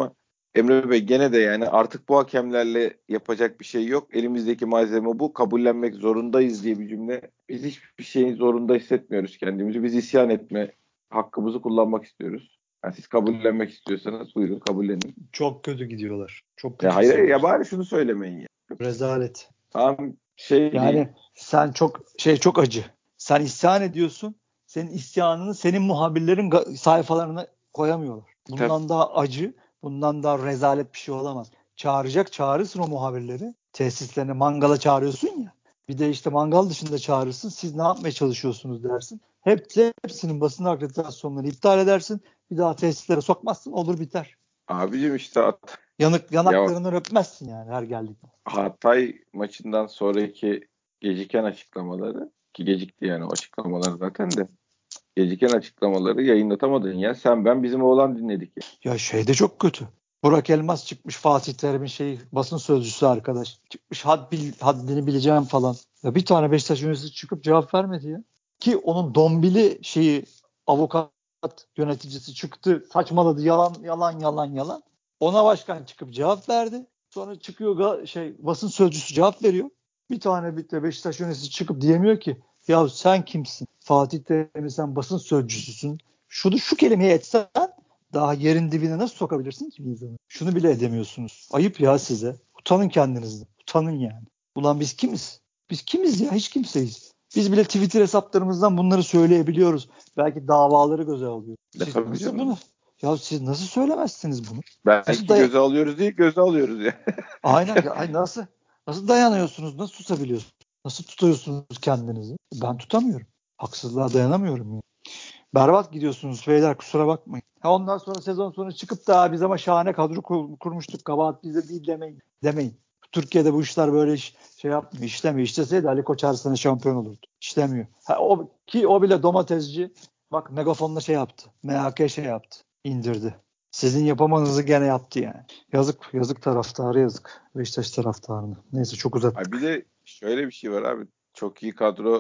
Emre Bey gene de yani artık bu hakemlerle yapacak bir şey yok. Elimizdeki malzeme bu. Kabullenmek zorundayız diye bir cümle. Biz hiçbir şeyin zorunda hissetmiyoruz kendimizi. Biz isyan etme hakkımızı kullanmak istiyoruz. Yani siz kabullenmek istiyorsanız buyurun kabullenin. Çok kötü gidiyorlar. Çok Ya kötü hayır gidiyorlar. ya bari şunu söylemeyin ya. Rezalet. Tamam şey değil. Yani sen çok şey çok acı. Sen isyan ediyorsun. Senin isyanını senin muhabirlerin ga- sayfalarına koyamıyorlar. Bundan daha acı, bundan daha rezalet bir şey olamaz. Çağıracak çağırırsın o muhabirleri. Tesislerine mangala çağırıyorsun ya. Bir de işte mangal dışında çağırırsın. Siz ne yapmaya çalışıyorsunuz dersin. Hepsi, hepsinin basın akreditasyonlarını iptal edersin. Bir daha tesislere sokmazsın. Olur biter. Abicim işte at- Yanık ya yanaklarından öpmezsin yani her geldiğinde. Hatay maçından sonraki geciken açıklamaları ki gecikti yani o açıklamalar zaten de geciken açıklamaları yayınlatamadın ya. Sen ben bizim oğlan dinledik ya. Ya şey de çok kötü. Burak Elmas çıkmış, Fatih Terim'in şeyi basın sözcüsü arkadaş. Çıkmış had bil, haddini bileceğim falan. Ya bir tane Beşiktaş yöneticisi çıkıp cevap vermedi ya. Ki onun dombili şeyi avukat yöneticisi çıktı, saçmaladı, yalan yalan yalan yalan. Ona başkan çıkıp cevap verdi. Sonra çıkıyor ga- şey basın sözcüsü cevap veriyor. Bir tane bir de Beşiktaş yöneticisi çıkıp diyemiyor ki ya sen kimsin? Fatih Terim, sen basın sözcüsüsün. Şunu şu kelimeyi etsen daha yerin dibine nasıl sokabilirsin ki bir insanı? Şunu bile edemiyorsunuz. Ayıp ya size. Utanın kendinizden. Utanın yani. Ulan biz kimiz? Biz kimiz ya? Hiç kimseyiz. Biz bile Twitter hesaplarımızdan bunları söyleyebiliyoruz. Belki davaları göze alıyor. Ne Siz tabii nasıl canım. bunu? Ya siz nasıl söylemezsiniz bunu? Nasıl Belki day göze alıyoruz değil göze alıyoruz ya. Aynen ya. Ay nasıl nasıl dayanıyorsunuz? Nasıl tutabiliyorsunuz? Nasıl tutuyorsunuz kendinizi? Ben tutamıyorum. Haksızlığa dayanamıyorum ya. Berbat gidiyorsunuz beyler, kusura bakmayın. Ha, ondan sonra sezon sonu çıkıp da biz ama şahane kadro kur, kurmuştuk, kabahat bizde değil demeyin. Demeyin. Türkiye'de bu işler böyle iş, şey yapmıyor, işlemiyor. İşleseydi Ali Koç her sene şampiyon olurdu. İşlemiyor. Ha, o, ki o bile domatesci bak megafonla şey yaptı. M H K şey yaptı. İndirdi. Sizin yapamanızı gene yaptı yani. Yazık, yazık taraftarı yazık. Beşiktaş taraftarına. Neyse çok Ay bir uzattık. de şöyle bir şey var abi. Çok iyi kadro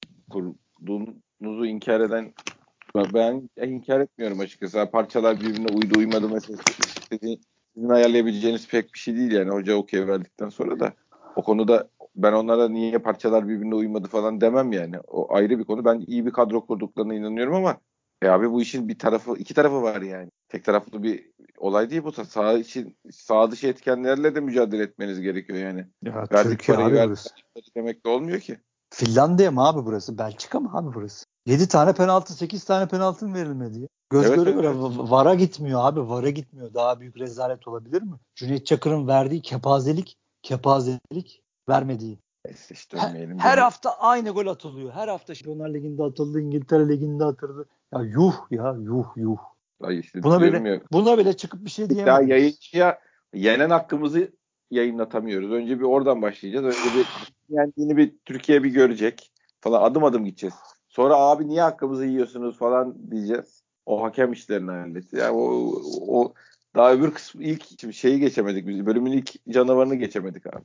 kurduğunuzu inkar eden ben, ben inkar etmiyorum açıkçası. Parçalar birbirine uydu uymadı meselesi. Sizin, sizin ayarlayabileceğiniz pek bir şey değil yani. Hoca okey verdikten sonra da o konuda ben onlara niye parçalar birbirine uymadı falan demem yani. O ayrı bir konu. Ben iyi bir kadro kurduklarına inanıyorum ama e abi bu işin bir tarafı, iki tarafı var yani. Tek taraflı bir olay değil bu. Sağ için sağ dışı etkenlerle de mücadele etmeniz gerekiyor yani. Ya Verdik Türkiye parayı abi verdik burası. demek de olmuyor ki. Finlandiya mı abi burası? Belçika mı abi burası? yedi tane penaltı, sekiz tane penaltı mı verilmedi ya? Göz Evet göre evet. göre VAR'a gitmiyor abi. VAR'a gitmiyor. Daha büyük rezalet olabilir mi? Cüneyt Çakır'ın verdiği kepazelik, kepazelik vermediği. Neyse hiç Her, dönmeyelim her gene. hafta aynı gol atılıyor. Her hafta Şampiyonlar Ligi'nde atıldı, İngiltere Ligi'nde atıldı. Ya yuh ya yuh yuh. Ay işte Buna diyorum bile ya buna bile çıkıp bir şey daha diyemediniz. yayıncıya yenen hakkımızı yayınlatamıyoruz. Önce bir oradan başlayacağız. Önce bir yendiğini bir Türkiye bir görecek falan adım adım gideceğiz. Sonra abi niye hakkımızı yiyorsunuz falan diyeceğiz. O hakem işlerini halletti. Yani o, o daha öbür kısmı ilk şimdi şeyi geçemedik biz. Bölümün ilk canavarını geçemedik abi.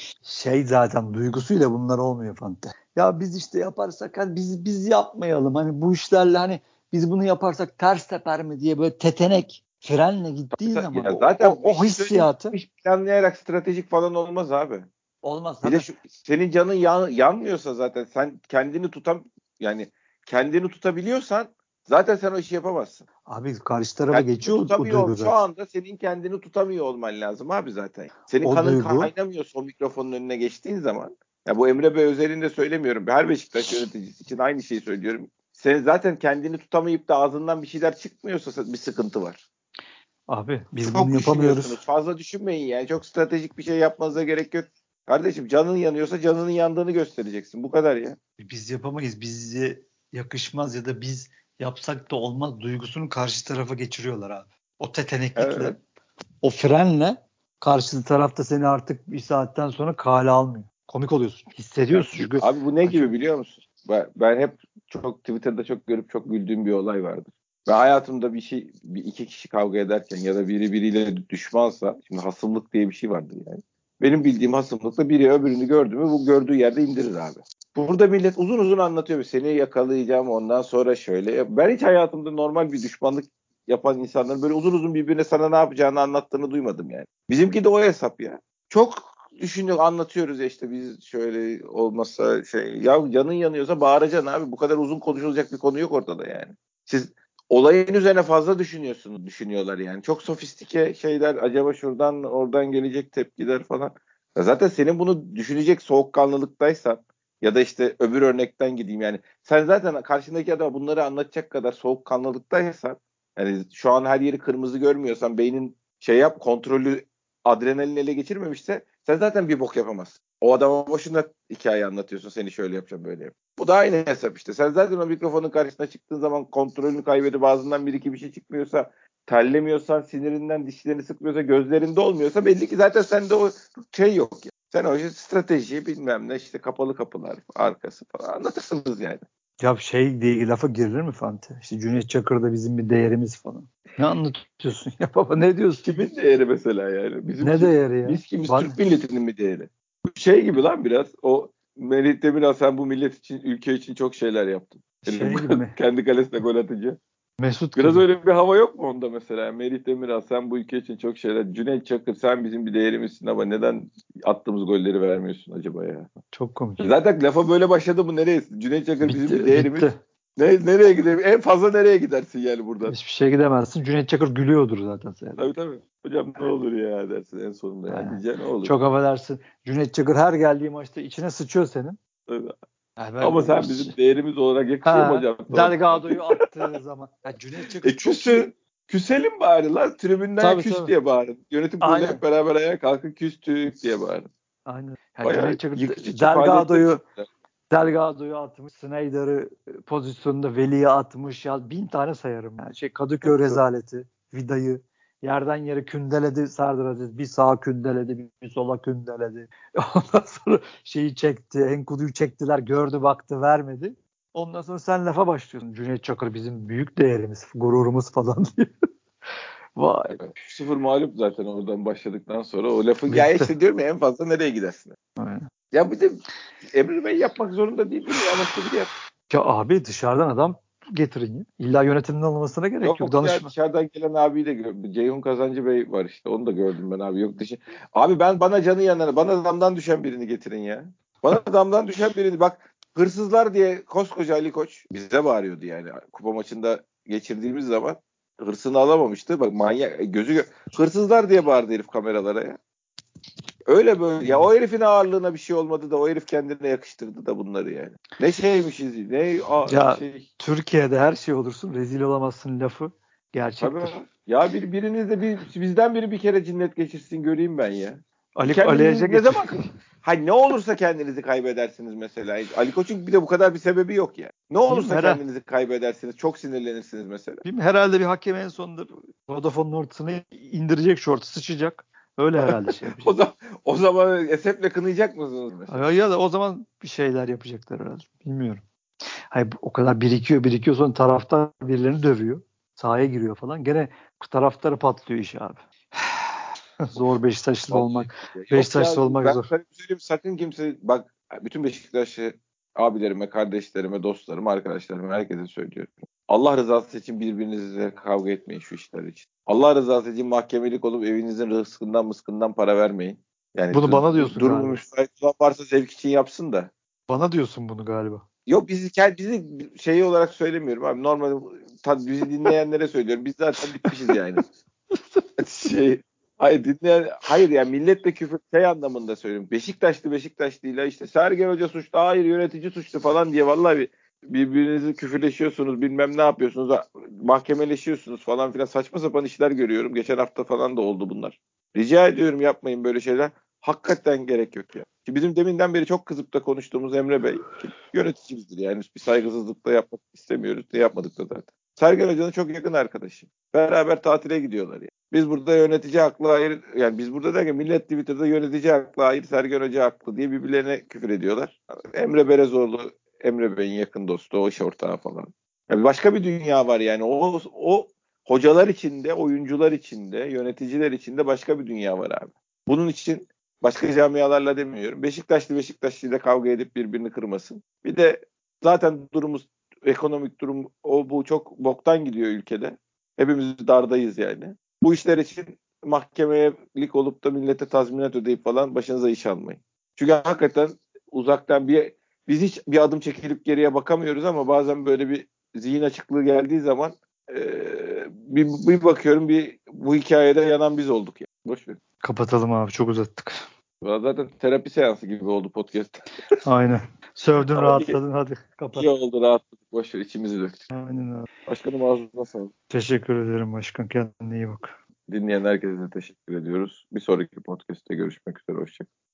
Şey zaten duygusuyla bunlar olmuyor Fante. Ya biz işte yaparsak hani biz biz yapmayalım. Hani bu işlerle hani biz bunu yaparsak ters teper mi diye böyle tetenek frenle gittiğin zaman Ya o, zaten o, bir o şey söyleyeyim mi? Bu hissiyatı iş planlayarak stratejik falan olmaz abi. olmaz Bir de tabii. şu senin canın yan, yanmıyorsa zaten sen kendini tutam yani kendini tutabiliyorsan zaten sen o işi yapamazsın. Abi karşı tarafa Kendini geçiyor o, o tutamıyor duygu şu zaten. anda senin kendini tutamıyor olman lazım abi zaten. Senin O kanın duygu kaynamıyorsa o mikrofonun önüne geçtiğin zaman ya bu Emre Bey özelinde söylemiyorum. Her Beşiktaş yöneticisi için aynı şeyi söylüyorum. Sen zaten kendini tutamayıp da ağzından bir şeyler çıkmıyorsa bir sıkıntı var. abi biz bunu Çok yapamıyoruz. düşünüyorsunuz. Fazla düşünmeyin yani. Çok stratejik bir şey yapmanıza gerek yok. Kardeşim canın yanıyorsa canının yandığını göstereceksin. Bu kadar ya. Biz yapamayız. Bize yakışmaz ya da biz yapsak da olmaz duygusunu karşı tarafa geçiriyorlar abi. O teteneklikle, Evet. o frenle karşı tarafta seni artık bir saatten sonra kale almıyor. Komik oluyorsun. Ya, Hissediyorsun çünkü. abi bu ne gibi Çünkü biliyor musun? Ben, ben hep çok Twitter'da çok görüp çok güldüğüm bir olay vardır. Ve hayatımda bir şey bir iki kişi kavga ederken ya da biri biriyle düşmansa şimdi hasımlık diye bir şey vardır yani. Benim bildiğim hasımlıkta biri öbürünü gördü mü bu gördüğü yerde indirir abi. Burada millet uzun uzun anlatıyor. Seni yakalayacağım ondan sonra şöyle. Ben hiç hayatımda normal bir düşmanlık yapan insanların böyle uzun uzun birbirine sana ne yapacağını anlattığını duymadım yani. Bizimki de o hesap ya. Çok düşünüyor, anlatıyoruz ya işte biz şöyle olmasa şey. Ya canın yanıyorsa bağıracaksın abi. Bu kadar uzun konuşulacak bir konu yok ortada yani. Siz olayın üzerine fazla düşünüyorsunuz, düşünüyorlar yani. Çok sofistike şeyler, acaba şuradan oradan gelecek tepkiler falan. Ya zaten senin bunu düşünecek soğukkanlılıktaysan ya da işte öbür örnekten gideyim yani. Sen zaten karşındaki adama bunları anlatacak kadar soğukkanlılıktaysan, yani şu an her yeri kırmızı görmüyorsan, beynin şey yap, kontrolü, adrenalin ele geçirmemişse sen zaten bir bok yapamazsın. O adama boşuna hikaye anlatıyorsun. Seni şöyle yapacağım, böyle yapacağım. Bu da aynı hesap işte. Sen zaten o mikrofonun karşısına çıktığın zaman kontrolünü kaybedip ağzından bir iki bir şey çıkmıyorsa, terlemiyorsan, sinirinden dişlerini sıkmıyorsa, gözlerinde olmuyorsa belli ki zaten sende o şey yok ya. Sen o işte strateji bilmem ne işte kapalı kapılar arkası falan anlatırsınız yani. Ya şey diye lafa girilir mi Fante? İşte Cüneyt Çakır da bizim bir değerimiz falan. Ne anlatıyorsun ya baba, ne diyorsun? Kimin değeri mesela yani? Bizim Ne kim? değeri ya? Biz kimiz? Ban Türk milletinin mi değeri? Bu şey gibi lan biraz. O Melih Demiral, sen bu millet için, ülke için çok şeyler yaptın. şey Yani gibi mi? kendi kalesine gol atınca. Mesut Biraz gibi. öyle bir hava yok mu onda mesela? Melih Demiral, sen bu ülke için çok şeyler. Cüneyt Çakır, sen bizim bir değerimizsin ama neden attığımız golleri vermiyorsun acaba ya? Çok komik. Zaten lafa böyle başladı mı nereye? Cüneyt Çakır bizim bir Bitti, değerimiz. bitti. Ne, nereye gidelim? En fazla nereye gidersin yani buradan? Hiçbir şey gidemezsin. Cüneyt Çakır gülüyordur zaten Tabii seyrederken. tabii. Hocam ne olur ya dersin en sonunda ya. Ha. Diyeceğin ne olur. Çok affedersin. Cüneyt Çakır her geldiği maçta içine sıçıyor senin. Tabii. Yani ben Ama o sen bizim değerimiz olarak yakışıyor mu ha, hocam sana? Delgado'yu attığı zaman. Ya Cüneyt Çakır E çok iyi. küsün. Küselim bari lan. Tribünden Tabii küs tabii. diye bağırın. Yönetim kurulu hep Aynen. beraber ayağa kalkın küstük diye bağırın. Aynen. Ya Bayağı Cüneyt Çakır yıkıcı faaliyetler Delgado'yu içindeler. Delgado'yu atmış. Snyder'ı pozisyonunda Veli'ye atmış. Ya bin tane sayarım. Yani. Şey Kadıköy Tabii tabii. rezaleti. Vida'yı yerden yere kündeledi Serdar Aziz. Bir sağa kündeledi, bir sola kündeledi. Ondan sonra şeyi çekti. Enkudu'yu çektiler. Gördü, baktı, vermedi. Ondan sonra sen lafa başlıyorsun. Cüneyt Çakır bizim büyük değerimiz, gururumuz falan diye. Vay be. üç sıfır mağlup zaten oradan başladıktan sonra o lafı. Ya Bitti. işte diyorum ya, en fazla nereye gidersin? Aynen. Ya bir de Emre Bey yapmak zorunda değil, değil mi? Ya başka biri yap. Ya abi dışarıdan adam getirin ya. İlla yönetimden olmasına gerek yok. Yok ya, Danışma. dışarıdan gelen abiyi de gördüm. Ceyhun Kazancı Bey var işte. Onu da gördüm ben abi. Yok dışı. Abi ben bana canı yanına, bana damdan düşen birini getirin ya. Bana damdan düşen birini, bak hırsızlar diye koskoca Ali Koç bize bağırıyordu yani. Kupa maçında geçirdiğimiz zaman hırsını alamamıştı. Bak manyak gözü gö- hırsızlar diye bağırdı herif kameralara ya. Öyle böyle. Ya o herifin ağırlığına bir şey olmadı da o herif kendine yakıştırdı da bunları yani. Ne şeymişiz, ne a- Ya şey. Türkiye'de her şey olursun, rezil olamazsın lafı Tabii. gerçektir. Ya bir, biriniz de bir, bizden biri bir kere cinnet geçirsin göreyim ben ya. Ali Ali Ece Kendinizi ne geçir. zaman, hay ne olursa kendinizi kaybedersiniz mesela. Ali Koç'un bir de bu kadar bir sebebi yok ya. Ne Bilmiyorum, olursa herhalde, kendinizi kaybedersiniz. Çok sinirlenirsiniz mesela. bilmiyorum, herhalde bir hakem en sonunda Vodafone'un ortasına indirecek, şortu sıçacak. Öyle herhalde şey O yapacak. zaman o zaman esefle kınayacak mısınız mesela? Ya, ya da o zaman bir şeyler yapacaklar herhalde. Bilmiyorum. Hayır, o kadar birikiyor birikiyor sonra taraftar birilerini dövüyor. Sahaya giriyor falan. Gene taraftarı patlıyor iş abi. Zor Beşiktaşlı Vallahi olmak. ya. Yok ya, Beşiktaşlı olmak ben zor. sana bir söyleyeyim, sakın kimse bak, bütün Beşiktaşlı abilerime, kardeşlerime, dostlarıma, arkadaşlarıma, herkese söylüyorum. Allah rızası için birbirinizle kavga etmeyin şu işler için. Allah rızası için mahkemelik olup evinizin rızkından mıskından para vermeyin. Yani Bunu du- bana du- diyorsun durumu galiba. müsait olan varsa zevk için yapsın da. Bana diyorsun bunu galiba. Yok bizi kend- bizi şeyi olarak söylemiyorum abi. Normal ta- bizi dinleyenlere söylüyorum. Biz zaten bitmişiz yani. Şey, hayır dinleyen, hayır yani milletle küfür şey anlamında söylüyorum. Beşiktaşlı Beşiktaşlıyla işte Sergen Hoca suçlu, hayır yönetici suçlu falan diye vallahi bir, birbirinizi küfürleşiyorsunuz, bilmem ne yapıyorsunuz, mahkemeleşiyorsunuz falan filan, saçma sapan işler görüyorum. Geçen hafta falan da oldu bunlar. Rica ediyorum yapmayın böyle şeyler. Hakikaten gerek yok ya. Ki bizim deminden beri çok kızıp da konuştuğumuz Emre Bey ki yöneticimizdir yani, bir saygısızlık da yapmak istemiyoruz, de yapmadık da zaten. Sergen Hoca'nın çok yakın arkadaşı. Beraber tatile gidiyorlar yani. Biz burada yönetici haklı, hayır, yani biz burada derken millet Twitter'da yönetici haklı, hayır Sergen Hoca haklı diye birbirlerine küfür ediyorlar. Emre Belezoğlu, Emre Bey'in yakın dostu, o iş ortağı falan. Yani başka bir dünya var yani. O, o hocalar içinde, oyuncular içinde, yöneticiler içinde başka bir dünya var abi. Bunun için başka camialarla demiyorum. Beşiktaşlı Beşiktaşlı ile kavga edip birbirini kırmasın. Bir de zaten durumumuz, ekonomik durum o bu çok boktan gidiyor ülkede. Hepimiz dardayız yani. Bu işler için mahkemelik olup da millete tazminat ödeyip falan başınıza iş almayın. Çünkü hakikaten uzaktan bir biz hiç bir adım çekilip geriye bakamıyoruz ama bazen böyle bir zihin açıklığı geldiği zaman e, bir, bir bakıyorum bir bu hikayede yanan biz olduk ya. Yani. Boş ver. Kapatalım abi, çok uzattık. Zaten terapi seansı gibi oldu podcast. Aynen. Sövdün Ama iyi, rahatladın, hadi kapat. iyi oldu rahatladık. Boş ver içimizi döktük. Aynen abi. Başkanım ağzına sağlık. Teşekkür ederim başkan, kendine iyi bak. Dinleyen herkese teşekkür ediyoruz. Bir sonraki podcast'te görüşmek üzere. Hoşçakalın.